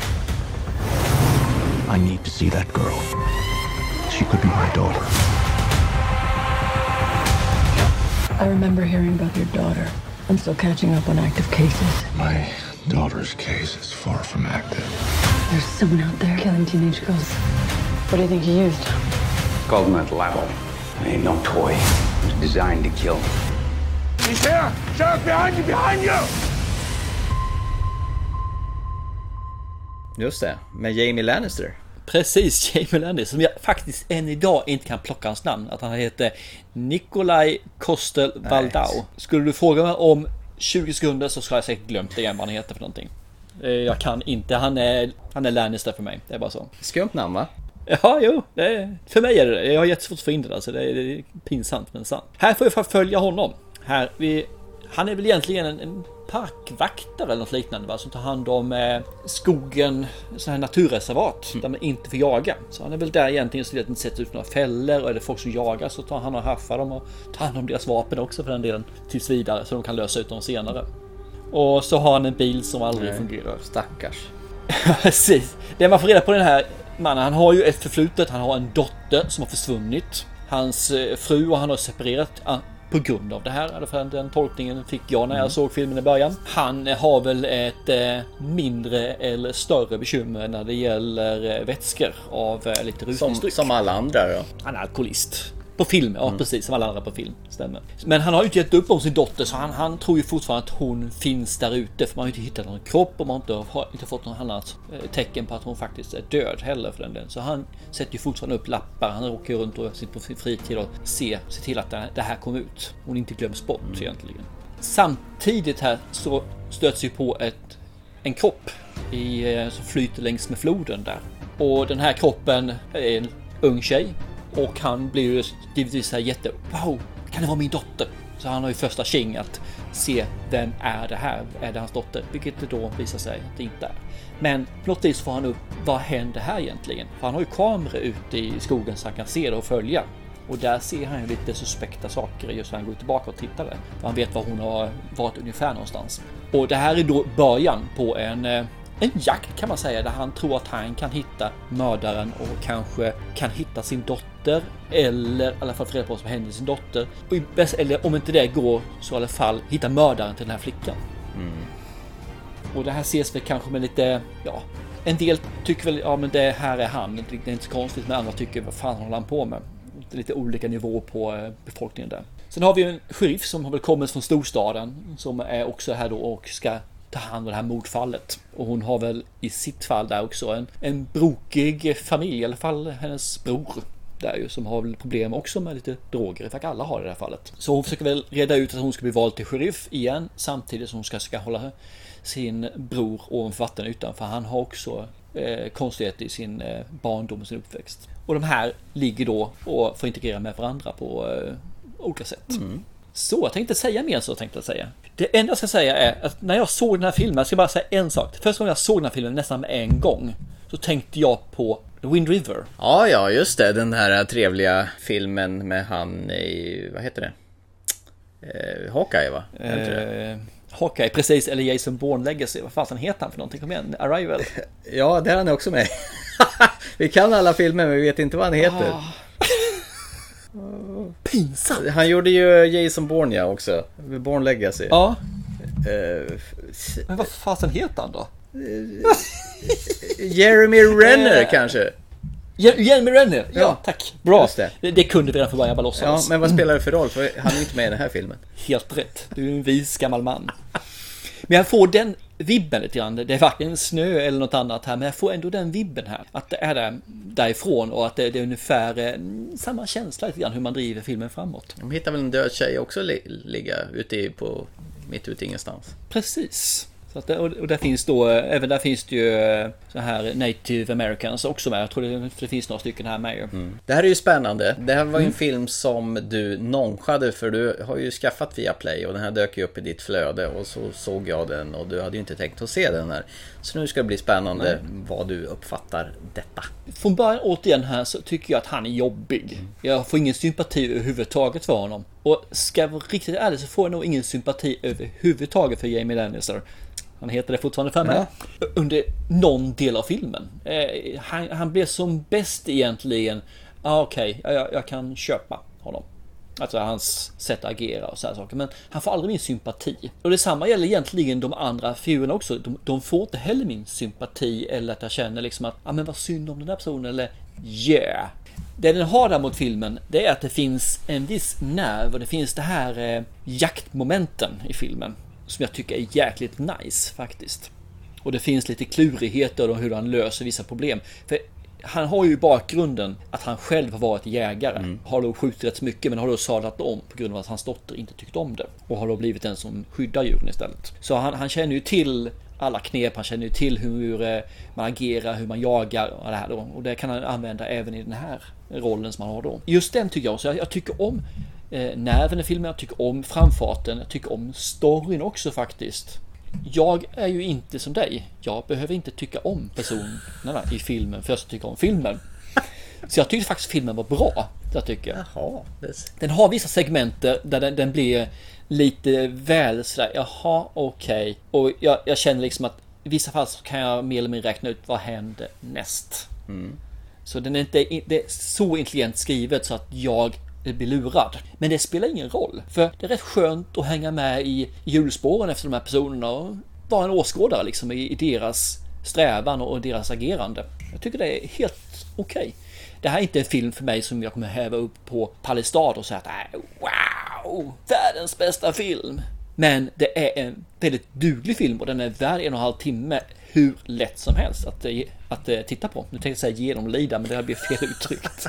I need to see that girl. She could be my daughter. I remember hearing about your daughter. I'm still catching up on active cases. My daughter's case is far from active. There's someone out there killing teenage girls. What do you think he used? It's called mental ammo. It ain't no toy. It was designed to kill. He's here! Sheriff, behind you! Behind you! Just det, med Jamie Lannister. Precis, Jamie Lannister, som jag faktiskt än idag inte kan plocka hans namn. Att han heter Nikolaj Coster-Waldau. Skulle du fråga mig om tjugo sekunder så skulle jag säkert glömt det igen vad han heter för någonting. Jag kan inte, han är, han är Lannister för mig, det är bara så. Skumt namn, va? Ja, jo, det är, för mig är det det. Jag har jättesvårt för in det, alltså. Det är, det är pinsamt men sant. Här får jag följa honom. Här, vi, han är väl egentligen en, en parkvaktare eller något liknande, va? Som tar hand om eh, skogen, sån här naturreservat mm. där man inte får jaga. Så han är väl där egentligen så att det inte sätter ut några fällor, och är det folk som jagar så tar han och haffar dem och tar hand om deras vapen också för den delen tills vidare så de kan lösa ut dem senare. Och så har han en bil som aldrig Nej, fungerar. Stackars. Precis. Det man får reda på den här mannen, han har ju ett förflutet, han har en dotter som har försvunnit. Hans fru och han har separerat på grund av det här, i alla fall den tolkningen fick jag när jag mm. såg filmen i början. Han har väl ett eh, mindre eller större bekymmer när det gäller eh, vätskor av eh, lite rusningsdryck. Som, som alla andra då? Han är alkoholist. På film, ja mm. precis, som alla andra på film, stämmer. Men han har ju inte gett upp om sin dotter, så han, han tror ju fortfarande att hon finns där ute. För man har ju inte hittat någon kropp och man har inte, har inte fått något annat tecken på att hon faktiskt är död heller för den delen. Så han sätter ju fortfarande upp lappar, han åker runt och sitter på sin fritid och ser, ser till att det här kommer ut. Hon inte glöms bort mm. egentligen. Samtidigt här så stöts ju på ett, en kropp i, som flyter längs med floden där. Och den här kroppen är en ung tjej. Och han blir ju givetvis här jätte, wow, kan det vara min dotter? Så han har ju första tjing att se vem är det här? Är det hans dotter? Vilket det då visar sig att det inte är. Men på något vis får han upp, vad händer här egentligen? För han har ju kameror ute i skogen så han kan se det och följa. Och där ser han ju lite suspekta saker just när han går tillbaka och tittar där. Han vet var hon har varit ungefär någonstans. Och det här är då början på en, en jakt kan man säga, där han tror att han kan hitta mördaren och kanske kan hitta sin dotter, eller i alla fall få reda på vad som händer med sin dotter. Och bäst, eller om inte det går så i alla fall hitta mördaren till den här flickan. Mm. Och det här ses väl kanske med lite, ja, en del tycker väl, ja men det här är han, det är inte så konstigt, men andra tycker, vad fan håller han på med? Det är lite olika nivå på befolkningen där. Sen har vi en sheriff som har väl kommit från storstaden, som är också här då och ska ta hand om det här mordfallet. Och hon har väl i sitt fall där också en, en brokig familj, i alla fall hennes bror där ju, som har väl problem också med lite droger. I fact alla har det i det här fallet. Så hon försöker väl reda ut att hon ska bli vald till sheriff igen, samtidigt som hon ska, ska hålla sin bror ovanför vattenytan, för han har också eh, konstighet i sin eh, barndom och sin uppväxt. Och de här ligger då och får integrera med varandra på eh, olika sätt. Mm. Så jag tänkte säga mer så tänkte jag säga. Det enda jag ska säga är att när jag såg den här filmen, jag ska bara säga en sak. Första gången jag såg den här filmen nästan med en gång, så tänkte jag på The Wind River. Ja, ja, just det. Den här trevliga filmen med han i, vad heter det? Eh, Hawkeye, va? Eh, Hawkeye, precis. Eller Jason Bourne Legacy. Vad fan heter han för någonting? Kom igen, Arrival. Ja, där är han också med. Vi kan alla filmer, men vi vet inte vad han heter. Ah. Pinsamt. Han gjorde ju Jason Bourne, ja, också. Bourne Legacy. Ja. Uh, men vad fasen heter han då? Jeremy Renner kanske. Jeremy Renner, ja, ja tack. Bra. Det. Det, det kunde vi redan få börja bara låtsas. Ja, men vad spelar det för roll? För han är inte med i den här filmen. Helt rätt. Du är en vis gammal man. Men jag får den vibben lite grann. Det är varken snö eller något annat här, men jag får ändå den vibben här. Att det är där, därifrån och att det, det är ungefär eh, samma känsla lite grann hur man driver filmen framåt. De hittar väl en död tjej också li- ligga ute i, på mitt ute ingenstans. Precis. Så att, och där finns då, även där finns det ju så här Native Americans också med. Jag tror det, det finns några stycken här med. Mm. Det här är ju spännande. Det här var ju en mm. film som du nonchade, för du har ju skaffat via Play och den här dök ju upp i ditt flöde och så såg jag den och du hade ju inte tänkt att se den här. Så nu ska det bli spännande Nej. vad du uppfattar detta. Från början återigen här så tycker jag att han är jobbig. Mm. Jag får ingen sympati överhuvudtaget för honom. Och ska jag vara riktigt ärlig så får jag nog ingen sympati överhuvudtaget för Jamie Lannister. Han heter det fortfarande för mig. Ja. Under någon del av filmen. Eh, han, han blev som bäst egentligen. Ah, Okej, okay, jag, jag kan köpa honom. Alltså hans sätt att agera och så här saker. Men han får aldrig min sympati. Och detsamma gäller egentligen de andra figurerna också. De, de får inte heller min sympati. Eller att jag känner liksom att, ja ah, men vad synd om den där personen. Eller yeah. Det den har där mot filmen, det är att det finns en viss nerv. Och det finns det här eh, jaktmomenten i filmen. Som jag tycker är jäkligt nice faktiskt. Och det finns lite klurigheter om hur han löser vissa problem. För han har ju bakgrunden att han själv har varit jägare. Mm. Har då skjutit rätt mycket, men har då sadlat om på grund av att hans dotter inte tyckte om det. Och har då blivit den som skyddar djuren istället. Så han, han känner ju till alla knep, han känner ju till hur man agerar, hur man jagar och det här då. Och det kan han använda även i den här rollen som han har då. Just den tycker jag, så jag, jag tycker om eh, nerven i filmen, jag tycker om framfarten, jag tycker om storyn också faktiskt. Jag är ju inte som dig. Jag behöver inte tycka om personerna i filmen för att jag tycker om filmen. Så jag tyckte faktiskt filmen var bra. Jag tycker. Jaha, den har vissa segmenter där den, den blir lite väl sådär, jaha, okej. Okay. Och jag, jag känner liksom att i vissa fall så kan jag mer eller mindre räkna ut vad händer näst. Mm. Så den är inte det är så intelligent skrivet så att jag blir lurad. Men det spelar ingen roll. För det är rätt skönt att hänga med i hjulspåren efter de här personerna och vara en åskådare liksom i, i deras strävan och deras agerande. Jag tycker det är helt okej. Okay. Det här är inte en film för mig som jag kommer häva upp på Palestad och säga att wow, världens bästa film. Men det är en väldigt duglig film och den är värd en och en halv timme hur lätt som helst att, att, att titta på. Nu tänkte jag säga genomlida, men det här blir fel uttryckt.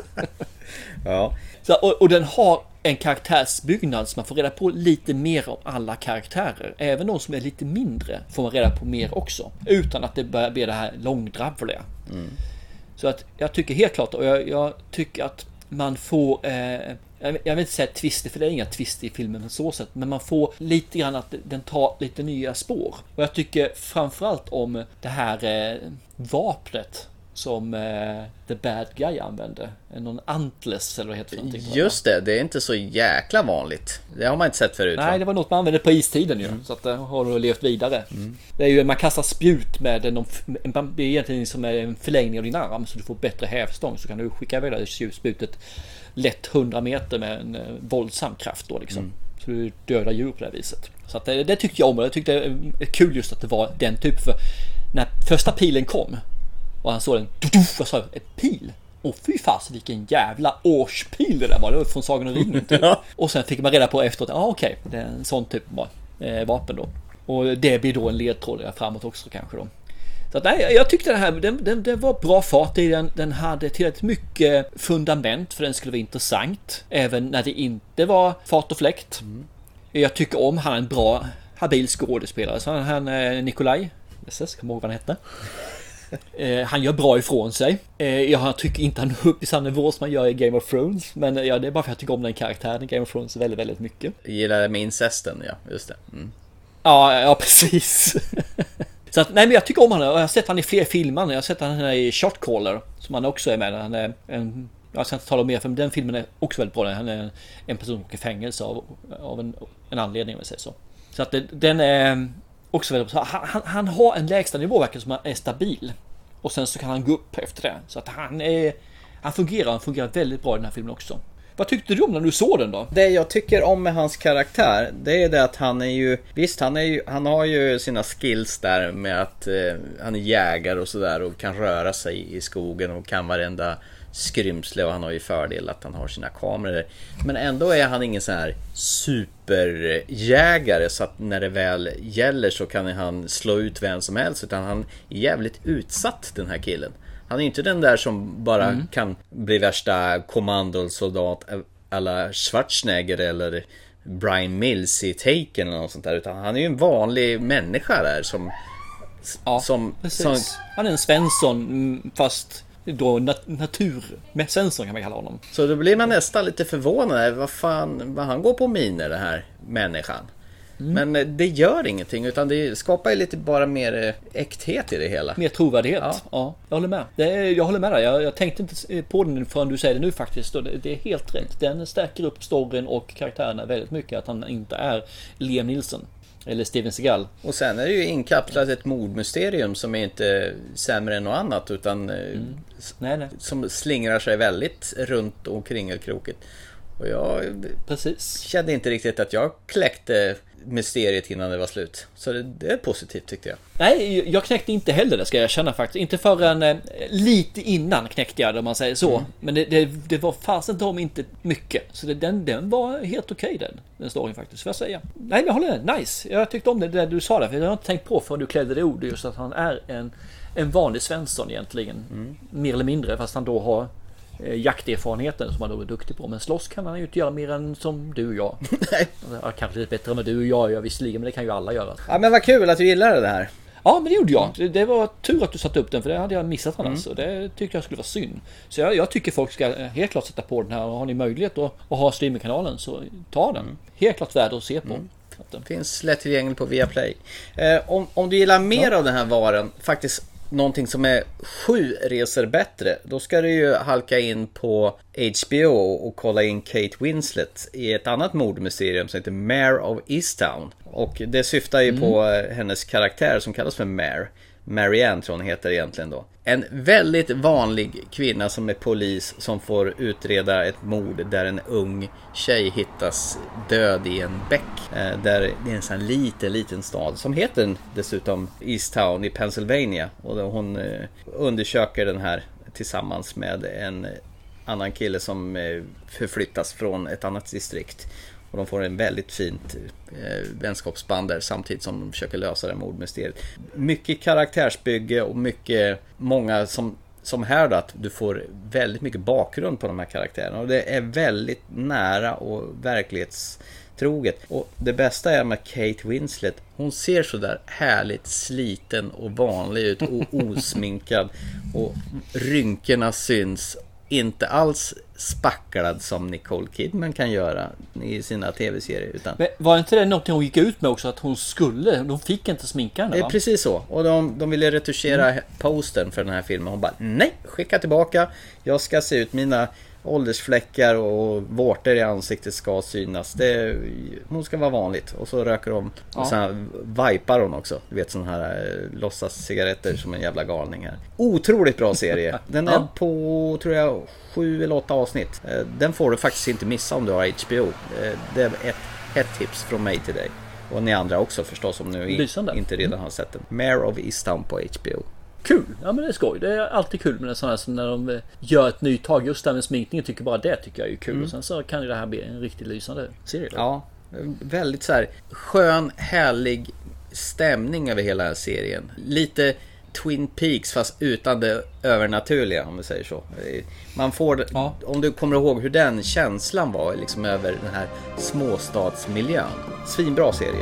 Ja. Så, och, och den har en karaktärsbyggnad så man får reda på lite mer om alla karaktärer. Även de som är lite mindre får man reda på mer också. Utan att det börjar bli det här långdravliga. Mm. Så att jag tycker helt klart, och jag, jag tycker att man får, eh, jag vill inte säga twister för det är inga twister i filmen på så sätt, men man får lite grann att den tar lite nya spår. Och jag tycker framförallt om det här eh, vapnet som eh, The Bad Guy använde. Någon Antlers eller vad heter det? Just det, det är inte så jäkla vanligt. Det har man inte sett förut. Nej, va? det var något man använde på istiden ju. Mm. Så att det har nog levt vidare. Mm. Det är ju, man kastar spjut med en, en, det är egentligen som en förlängning av din arm så du får bättre hävstång, så kan du skicka iväg det spjutet lätt hundra meter med en våldsam kraft då liksom. Mm. Så du dödar djur på det här viset. Så att det, det tyckte jag om, och jag tyckte det var kul just att det var den typ, för när första pilen kom och han såg den, vad sa jag, en pil? Och fy fas, vilken jävla årspil det där var, det var från Sagan om ringen typ. Och sen fick man reda på efteråt, ja ah, okej, okay, det är en sån typ eh, vapen då. Och det blir då en ledtråd framåt också kanske då. Så att, nej, jag tyckte den här, den, den, den var bra fart i den, den hade tillräckligt mycket fundament för den skulle vara intressant, även när det inte var fart och fläkt. Mm. Jag tycker om, han är en bra, habil skådespelare, så han, han Nikolaj, jag kommer ihåg vad han hette. Eh, han gör bra ifrån sig. Eh, jag tycker inte han är upp i samma nivå som man gör i Game of Thrones, men ja, det är bara för att jag tycker om den karaktären i Game of Thrones väldigt, väldigt mycket. Jag gillar med incesten, ja, just det. Mm. Ja, ja, precis. Så att, nej, men jag tycker om honom, och jag har sett han i fler filmer. Jag har sett han i Shotcaller, som han också är med. Han är en, jag ska inte tala mer, för den filmen är också väldigt bra. Han är en person som åker fängelse av, av en, en anledning, om jag säger så. Så att det, den är också väldigt bra. Han, han, han har en lägsta nivå, verkar som är stabil. Och sen så kan han gå upp efter det. Så att han är, han fungerar, han fungerar väldigt bra i den här filmen också. Vad tyckte du om när du såg den då? Det jag tycker om med hans karaktär, det är det att han är ju, visst han är ju, han har ju sina skills där med att eh, han är jägare och sådär och kan röra sig i skogen och kan varenda skrymsle, och han har ju fördel att han har sina kameror. Men ändå är han ingen sån här superjägare så att när det väl gäller så kan han slå ut vem som helst, utan han är jävligt utsatt, den här killen. Han är inte den där som bara mm. kan bli värsta kommandosoldat alla Schwarzenegger eller Brian Mills i Taken eller något sånt där, utan han är ju en vanlig människa där som, ja, som, som han är en Svensson fast då nat- natur med Svensson kan man kalla honom. Så då blir man nästan lite förvånad, vad fan, vad han går på miner, den här människan. Mm. Men det gör ingenting, utan det skapar ju lite bara mer äkthet i det hela. Mer trovärdighet, ja. ja jag håller med. Det är, jag håller med dig. Jag, jag tänkte inte på den förrän du säger det nu faktiskt. Och det, det är helt rätt. Den stärker upp storyn och karaktärerna väldigt mycket. Att han inte är Liam Neeson eller Steven Seagal. Och sen är det ju inkapslat ett mordmysterium som är inte sämre än något annat, utan mm. nej, nej. som slingrar sig väldigt runt och kringelkrokigt. Och jag Precis. kände inte riktigt att jag kläckte mysteriet innan det var slut. Så det, det är positivt, tyckte jag. Nej, jag knäckte inte heller det, ska jag känna faktiskt. Inte förrän eh, lite innan knäckte jag det, om man säger så. Mm. Men det, det, det var fasen de inte mycket. Så det, den, den var helt okej, okay, den, den storyn faktiskt, får jag säga. Nej, men jag håller med. Nice. Jag tyckte om det, det du sa där, för jag har inte tänkt på förrän du klädde det ord, just att han är en, en vanlig Svensson egentligen. Mm. Mer eller mindre, fast han då har jakterfarenheten som han då är duktig på, men slåss kan han ju inte göra mer än som du och jag. Nej. Kanske lite bättre än du och jag gör visserligen, men det kan ju alla göra. Ja, men vad kul att du gillade det här. Ja, men det gjorde jag. Det, det var tur att du satte upp den, för det hade jag missat annars. Mm. Och det tyckte jag skulle vara synd. Så jag, jag tycker folk ska helt klart sätta på den här, och har ni möjlighet att, att ha streamingkanalen, så ta den. Mm. Helt klart värd att se på. Mm. Finns lättillgängligt på Viaplay. Eh, om, om du gillar mer ja. av den här varan, faktiskt någonting som är sju resor bättre, då ska du ju halka in på H B O och kolla in Kate Winslet i ett annat mordmysterium som heter Mare of Easttown. Och det syftar ju mm. på hennes karaktär som kallas för Mare. Marianne tror hon heter egentligen då. En väldigt vanlig kvinna som är polis som får utreda ett mord där en ung tjej hittas död i en bäck. Eh, där det är en sån liten, liten stad som heter dessutom Easttown i Pennsylvania. Och då hon eh, undersöker den här tillsammans med en annan kille som eh, förflyttas från ett annat distrikt. Och de får en väldigt fint eh, vänskapsband där samtidigt som de försöker lösa det mordmysteriet. Mycket karaktärsbygge och mycket, många som, som här då, att du får väldigt mycket bakgrund på de här karaktärerna. Och det är väldigt nära och verklighetstroget. Och det bästa är med Kate Winslet, hon ser så där härligt sliten och vanlig ut och osminkad. Och rynkorna syns. inte alls spacklad som Nicole Kidman kan göra i sina tv-serier. Utan... Men var inte det något hon gick ut med också, att hon skulle, de fick inte sminka henne, det va? är precis så. Och de, de ville retuschera mm. postern för den här filmen. Hon bara, nej, skicka tillbaka. Jag ska se ut, mina åldersfläckar och vårtor i ansiktet ska synas. Det, hon ska vara vanligt. Och så röker de och ja. sen vipar hon också. Du vet, sådana här eh, låtsas cigaretter som en jävla galning här. Otroligt bra serie. Den är ja. på, tror jag, sju eller åtta avsnitt. Eh, den får du faktiskt inte missa om du har H B O. Eh, det är ett, ett tips från mig till dig. Och ni andra också förstås, om nu Lysande. inte redan mm. har sett den. Mare of Easttown på H B O. Kul, ja men det är skoj. Det är alltid kul med det sådana här, så när de gör ett nytag just där med sminkningen, tycker bara det tycker jag är kul. Mm. Och sen så kan ju det här bli en riktigt lysande serie. Ja, väldigt så här skön, härlig stämning över hela serien. Lite Twin Peaks fast utan det övernaturliga, om vi säger så. Man får, ja. om du kommer ihåg hur den känslan var liksom över den här småstadsmiljön. Svinbra serie.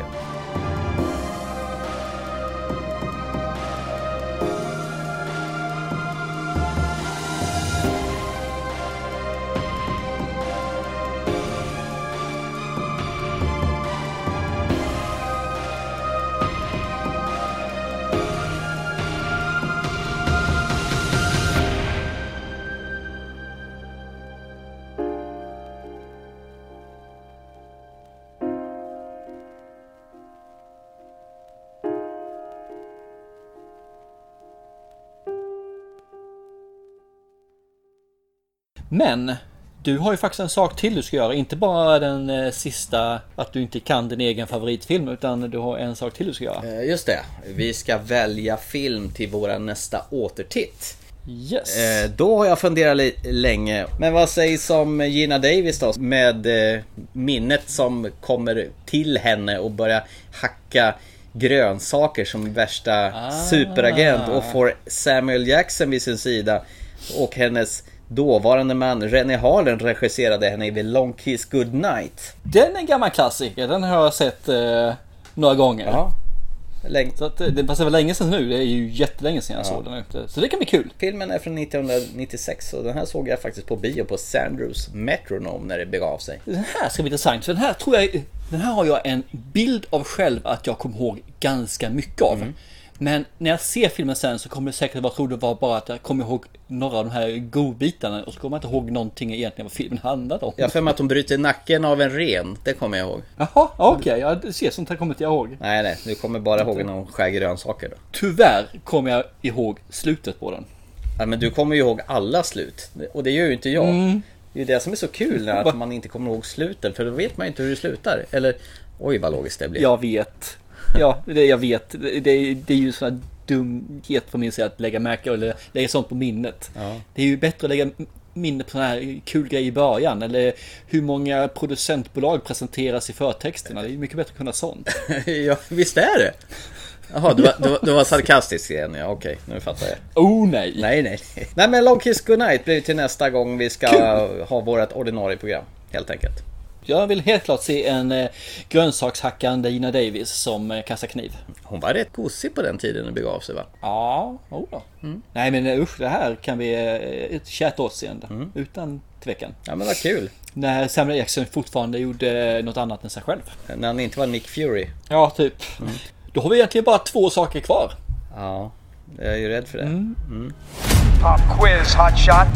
Men du har ju faktiskt en sak till du ska göra. Inte bara den eh, sista, att du inte kan din egen favoritfilm, utan du har en sak till du ska göra. Just det, vi ska välja film till våra nästa återtitt. Yes. eh, Då har jag funderat li- länge. Men vad sägs om Geena Davis då, med eh, minnet som kommer till henne och börjar hacka grönsaker som värsta ah. superagent, och får Samuel Jackson vid sin sida, och hennes dåvarande man Rennie Harlin regisserade henne i The Long Kiss Goodnight. Den är en gammal klassiker, den har jag sett eh, några gånger. Ja. Länge. Så att, det passar väl länge sedan nu, det är ju jättelänge sedan jag ja. såg den ute. Så det kan bli kul. Filmen är från nittonhundranittiosex och den här såg jag faktiskt på bio på Sandrews Metronome när det begav sig. Den här ska bli intressant, för den här tror jag, den här har jag en bild av själv att jag kommer ihåg ganska mycket av. Mm. Men när jag ser filmen sen så kommer det säkert vara troligt vara bara att jag kommer ihåg några av de här godbitarna, och så kommer jag inte ihåg någonting egentligen vad filmen handlade om. Jag för mig att de bryter nacken av en ren, det kommer jag ihåg. Jaha, okej, okay. Jag ser sånt här kommer inte jag ihåg. Nej, nej, du kommer bara ihåg någon skär grönsaker då. Tyvärr kommer jag ihåg slutet på den. Ja, men du kommer ju ihåg alla slut, och det gör ju inte jag. Mm. Det är ju det som är så kul, när att man inte kommer ihåg sluten, för då vet man inte hur det slutar. Eller, oj vad logiskt det blir. Jag vet. Ja, det jag vet. Det, det, det är ju sån dumhet från min sida att lägga märke eller lägga sånt på minnet. Ja. Det är ju bättre att lägga minne på sån här kul grej i början, eller hur många producentbolag presenteras i förtexterna. Det är ju mycket bättre att kunna sånt. Ja, visst är det. Jaha, du var, du, var, du var sarkastisk igen. Ja, okej, nu fattar jag. Oh nej. Nej, nej. Nej, men Long Kiss Goodnight blir till nästa gång vi ska kul. ha vårt ordinarie program, helt enkelt. Jag vill helt klart se en eh, grönsakshackande Geena Davis som eh, kastar kniv. Hon var rätt gosig på den tiden det begav sig, va? Ja, oh då. Mm. Nej men usch, det här kan vi eh, ett kärt återseende, mm. utan tvekan. Ja, men vad kul. När Samuel Jackson fortfarande gjorde något annat än sig själv. När han inte var Nick Fury. Ja, typ. Mm. Då har vi egentligen bara två saker kvar. Ja, jag är ju rädd för det. Mm. Mm. Pop quiz, hot shot.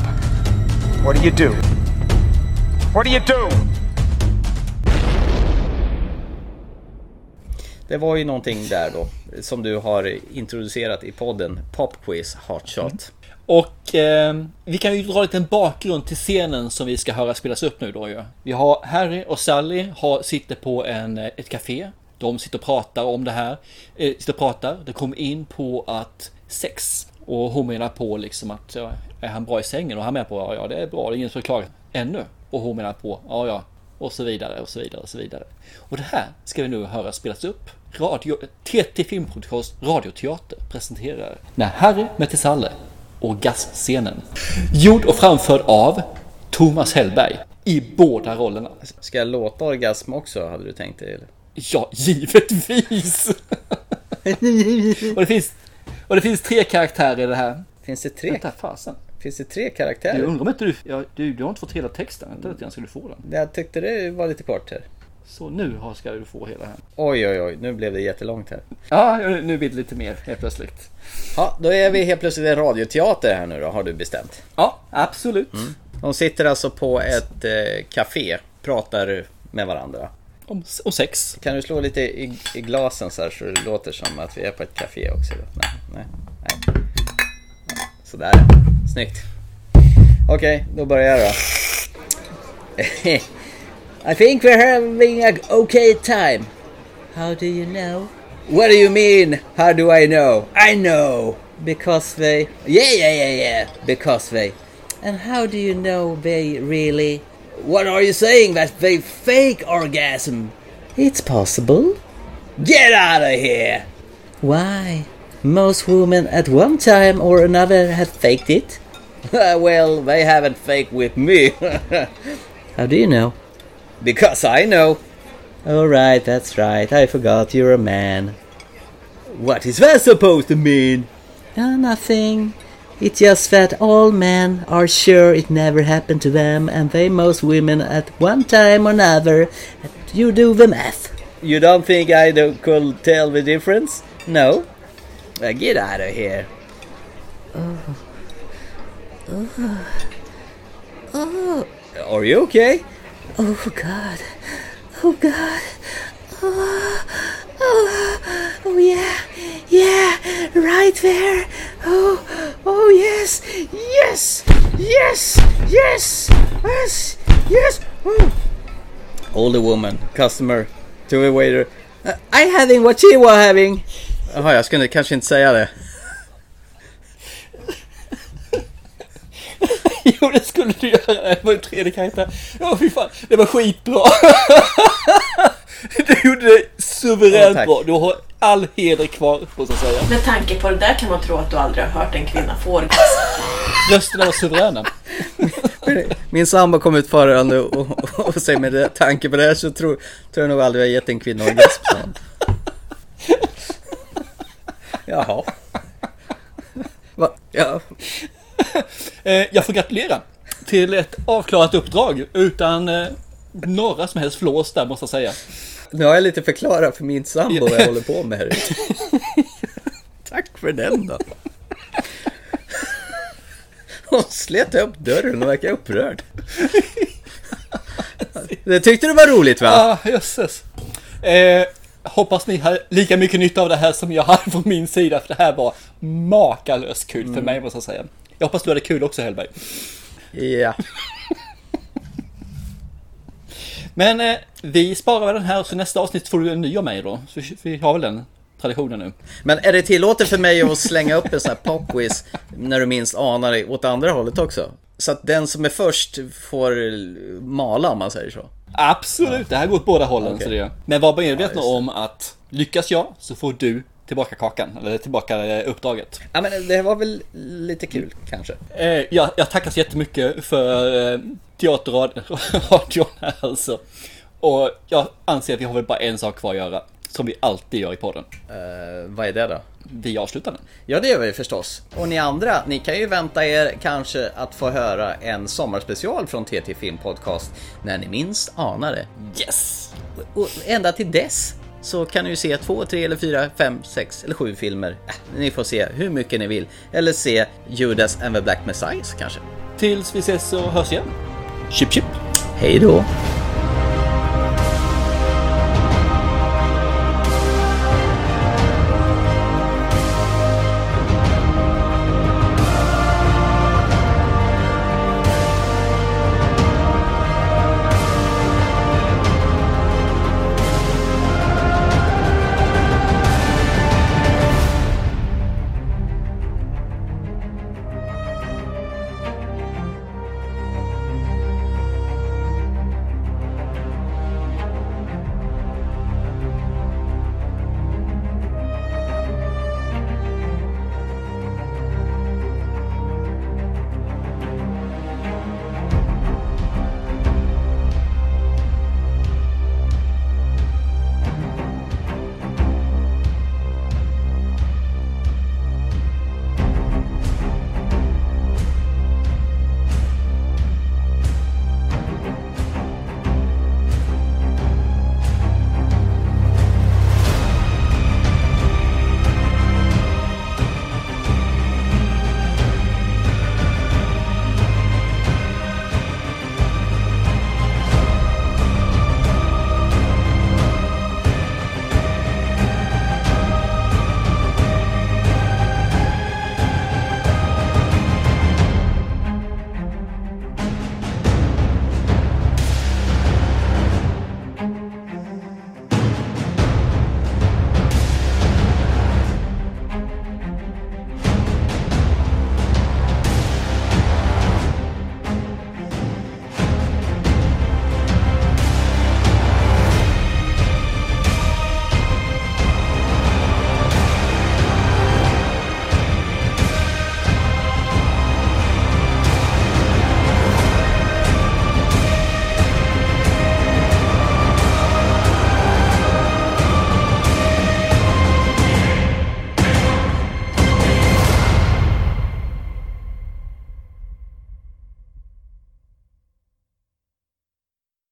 What do you do? What do you do? Det var ju någonting där då som du har introducerat i podden, Pop Quiz Hot Shot. Mm. Och eh, vi kan ju dra lite en bakgrund till scenen som vi ska höra spelas upp nu då ju. Vi har Harry och Sally har, sitter på en, ett café. De sitter och pratar om det här. Eh, sitter och pratar. Det kommer in på att sex. Och hon menar på liksom att ja, är han bra i sängen? Och han menar på ja, ja det är bra, det är ingen förklaring ännu. Och hon menar på ja ja. Och så vidare och så vidare och så vidare. Och det här ska vi nu höra spelas upp. Radio, T T Filmpodcast Radioteater presenterar När Harry mötte Sally, orgasmscenen. Gjord och framförd av Thomas Hellberg i båda rollerna. Ska jag låta orgasm också, hade du tänkt det? Eller? Ja, givetvis. och, det finns, och det finns tre karaktärer i det här. Finns det tre? Vänta, fasen. Finns det tre karaktärer? Jag undrar om inte du, ja, du, du har inte fått hela texten. Jag tänkte att jag skulle få den. Jag tyckte det var lite kort här. Så nu ska du få hela här. Oj, oj, oj. Nu blev det jättelångt här. Ja, nu blir det lite mer helt plötsligt. Ja, då är vi helt plötsligt en radioteater här nu då, har du bestämt. Ja, absolut. Mm. De sitter alltså på ett eh, café, pratar med varandra. Om, om sex. Kan du slå lite i, i glasen så här så det låter som att vi är på ett café också då? Nej, nej, nej. Sådär, snyggt. Okej, okay, då börjar jag då. I think we're having a okay time. How do you know? What do you mean? How do I know? I know. Because they... Yeah, yeah, yeah, yeah. Because they... And how do you know they really... What are you saying? That they fake orgasm? It's possible. Get out of here! Why? Most women at one time or another have faked it. Well, they haven't faked with me. How do you know? Because I know. All right, that's right. I forgot you're a man. What is that supposed to mean? Uh, nothing. It's just that all men are sure it never happened to them, and they most women at one time or another. You do the math. You don't think I do, could tell the difference? No? Well, get out of here. Oh. Oh. Oh. Are you okay? Oh, God. Oh, God. Oh, oh, oh, yeah. Yeah, right there. Oh, oh, yes. Yes. Yes. Yes. Yes. Yes. Oh. Older woman, customer, to a waiter. Uh, I having what she was having. Jaha, jag skulle kanske inte säga det. Jo, det skulle du göra. Det var en tredje karaktär. Ja, fy fan. Det var skitbra. Du gjorde det suveränt oh, bra. Du har all heder kvar, får jag säga. Med tanke på det där kan man tro att du aldrig har hört en kvinna få orgasm. Rösterna var suveräna. Min sambo kom ut förrande och, och, och säger med det, tanke på det här så tror, tror jag nog aldrig jag har gett en kvinna orgasm. Jaha. Va? Ja. Jag får gratulera till ett avklarat uppdrag utan eh, några som helst flås där, måste jag säga. Nu har jag lite förklarat för min sambo vad jag håller på med här. Tack för den då. Hon slet upp dörren och verkar upprörd. Det tyckte du var roligt, va? Ja, ah, jösses. Eh, hoppas ni har lika mycket nytta av det här som jag hade från min sida, för det här var makalöst kul mm. för mig, måste jag säga. Jag hoppas du hade kul också, Hellberg. Ja. Men eh, vi sparar väl den här, så nästa avsnitt får du en ny av mig då. Så vi har väl den traditionen nu. Men är det tillåtet för mig att slänga upp en sån här popquiz när du minst anar det åt andra hållet också? Så att den som är först får mala, om man säger så. Absolut, ja. Det här går åt båda hållen. Okay. Så det. Men var medvetna ja, om att lyckas jag så får du tillbaka kakan, eller tillbaka uppdraget. Ja, men det var väl lite kul, kanske. Eh, jag, jag tackar så jättemycket för eh, teaterradion här alltså. Och jag anser att vi har väl bara en sak kvar att göra, som vi alltid gör i podden. Uh, vad är det då? Vi avslutar den. Ja, det gör vi förstås. Och ni andra, ni kan ju vänta er kanske att få höra en sommarspecial från T T Film Podcast när ni minst anar det. Yes! Och ända till dess så kan ni ju se två, tre eller fyra, fem, sex eller sju filmer. Äh, ni får se hur mycket ni vill. Eller se Judas and the Black Messiah kanske. Tills vi ses och hörs igen. Chip chip. Hej då.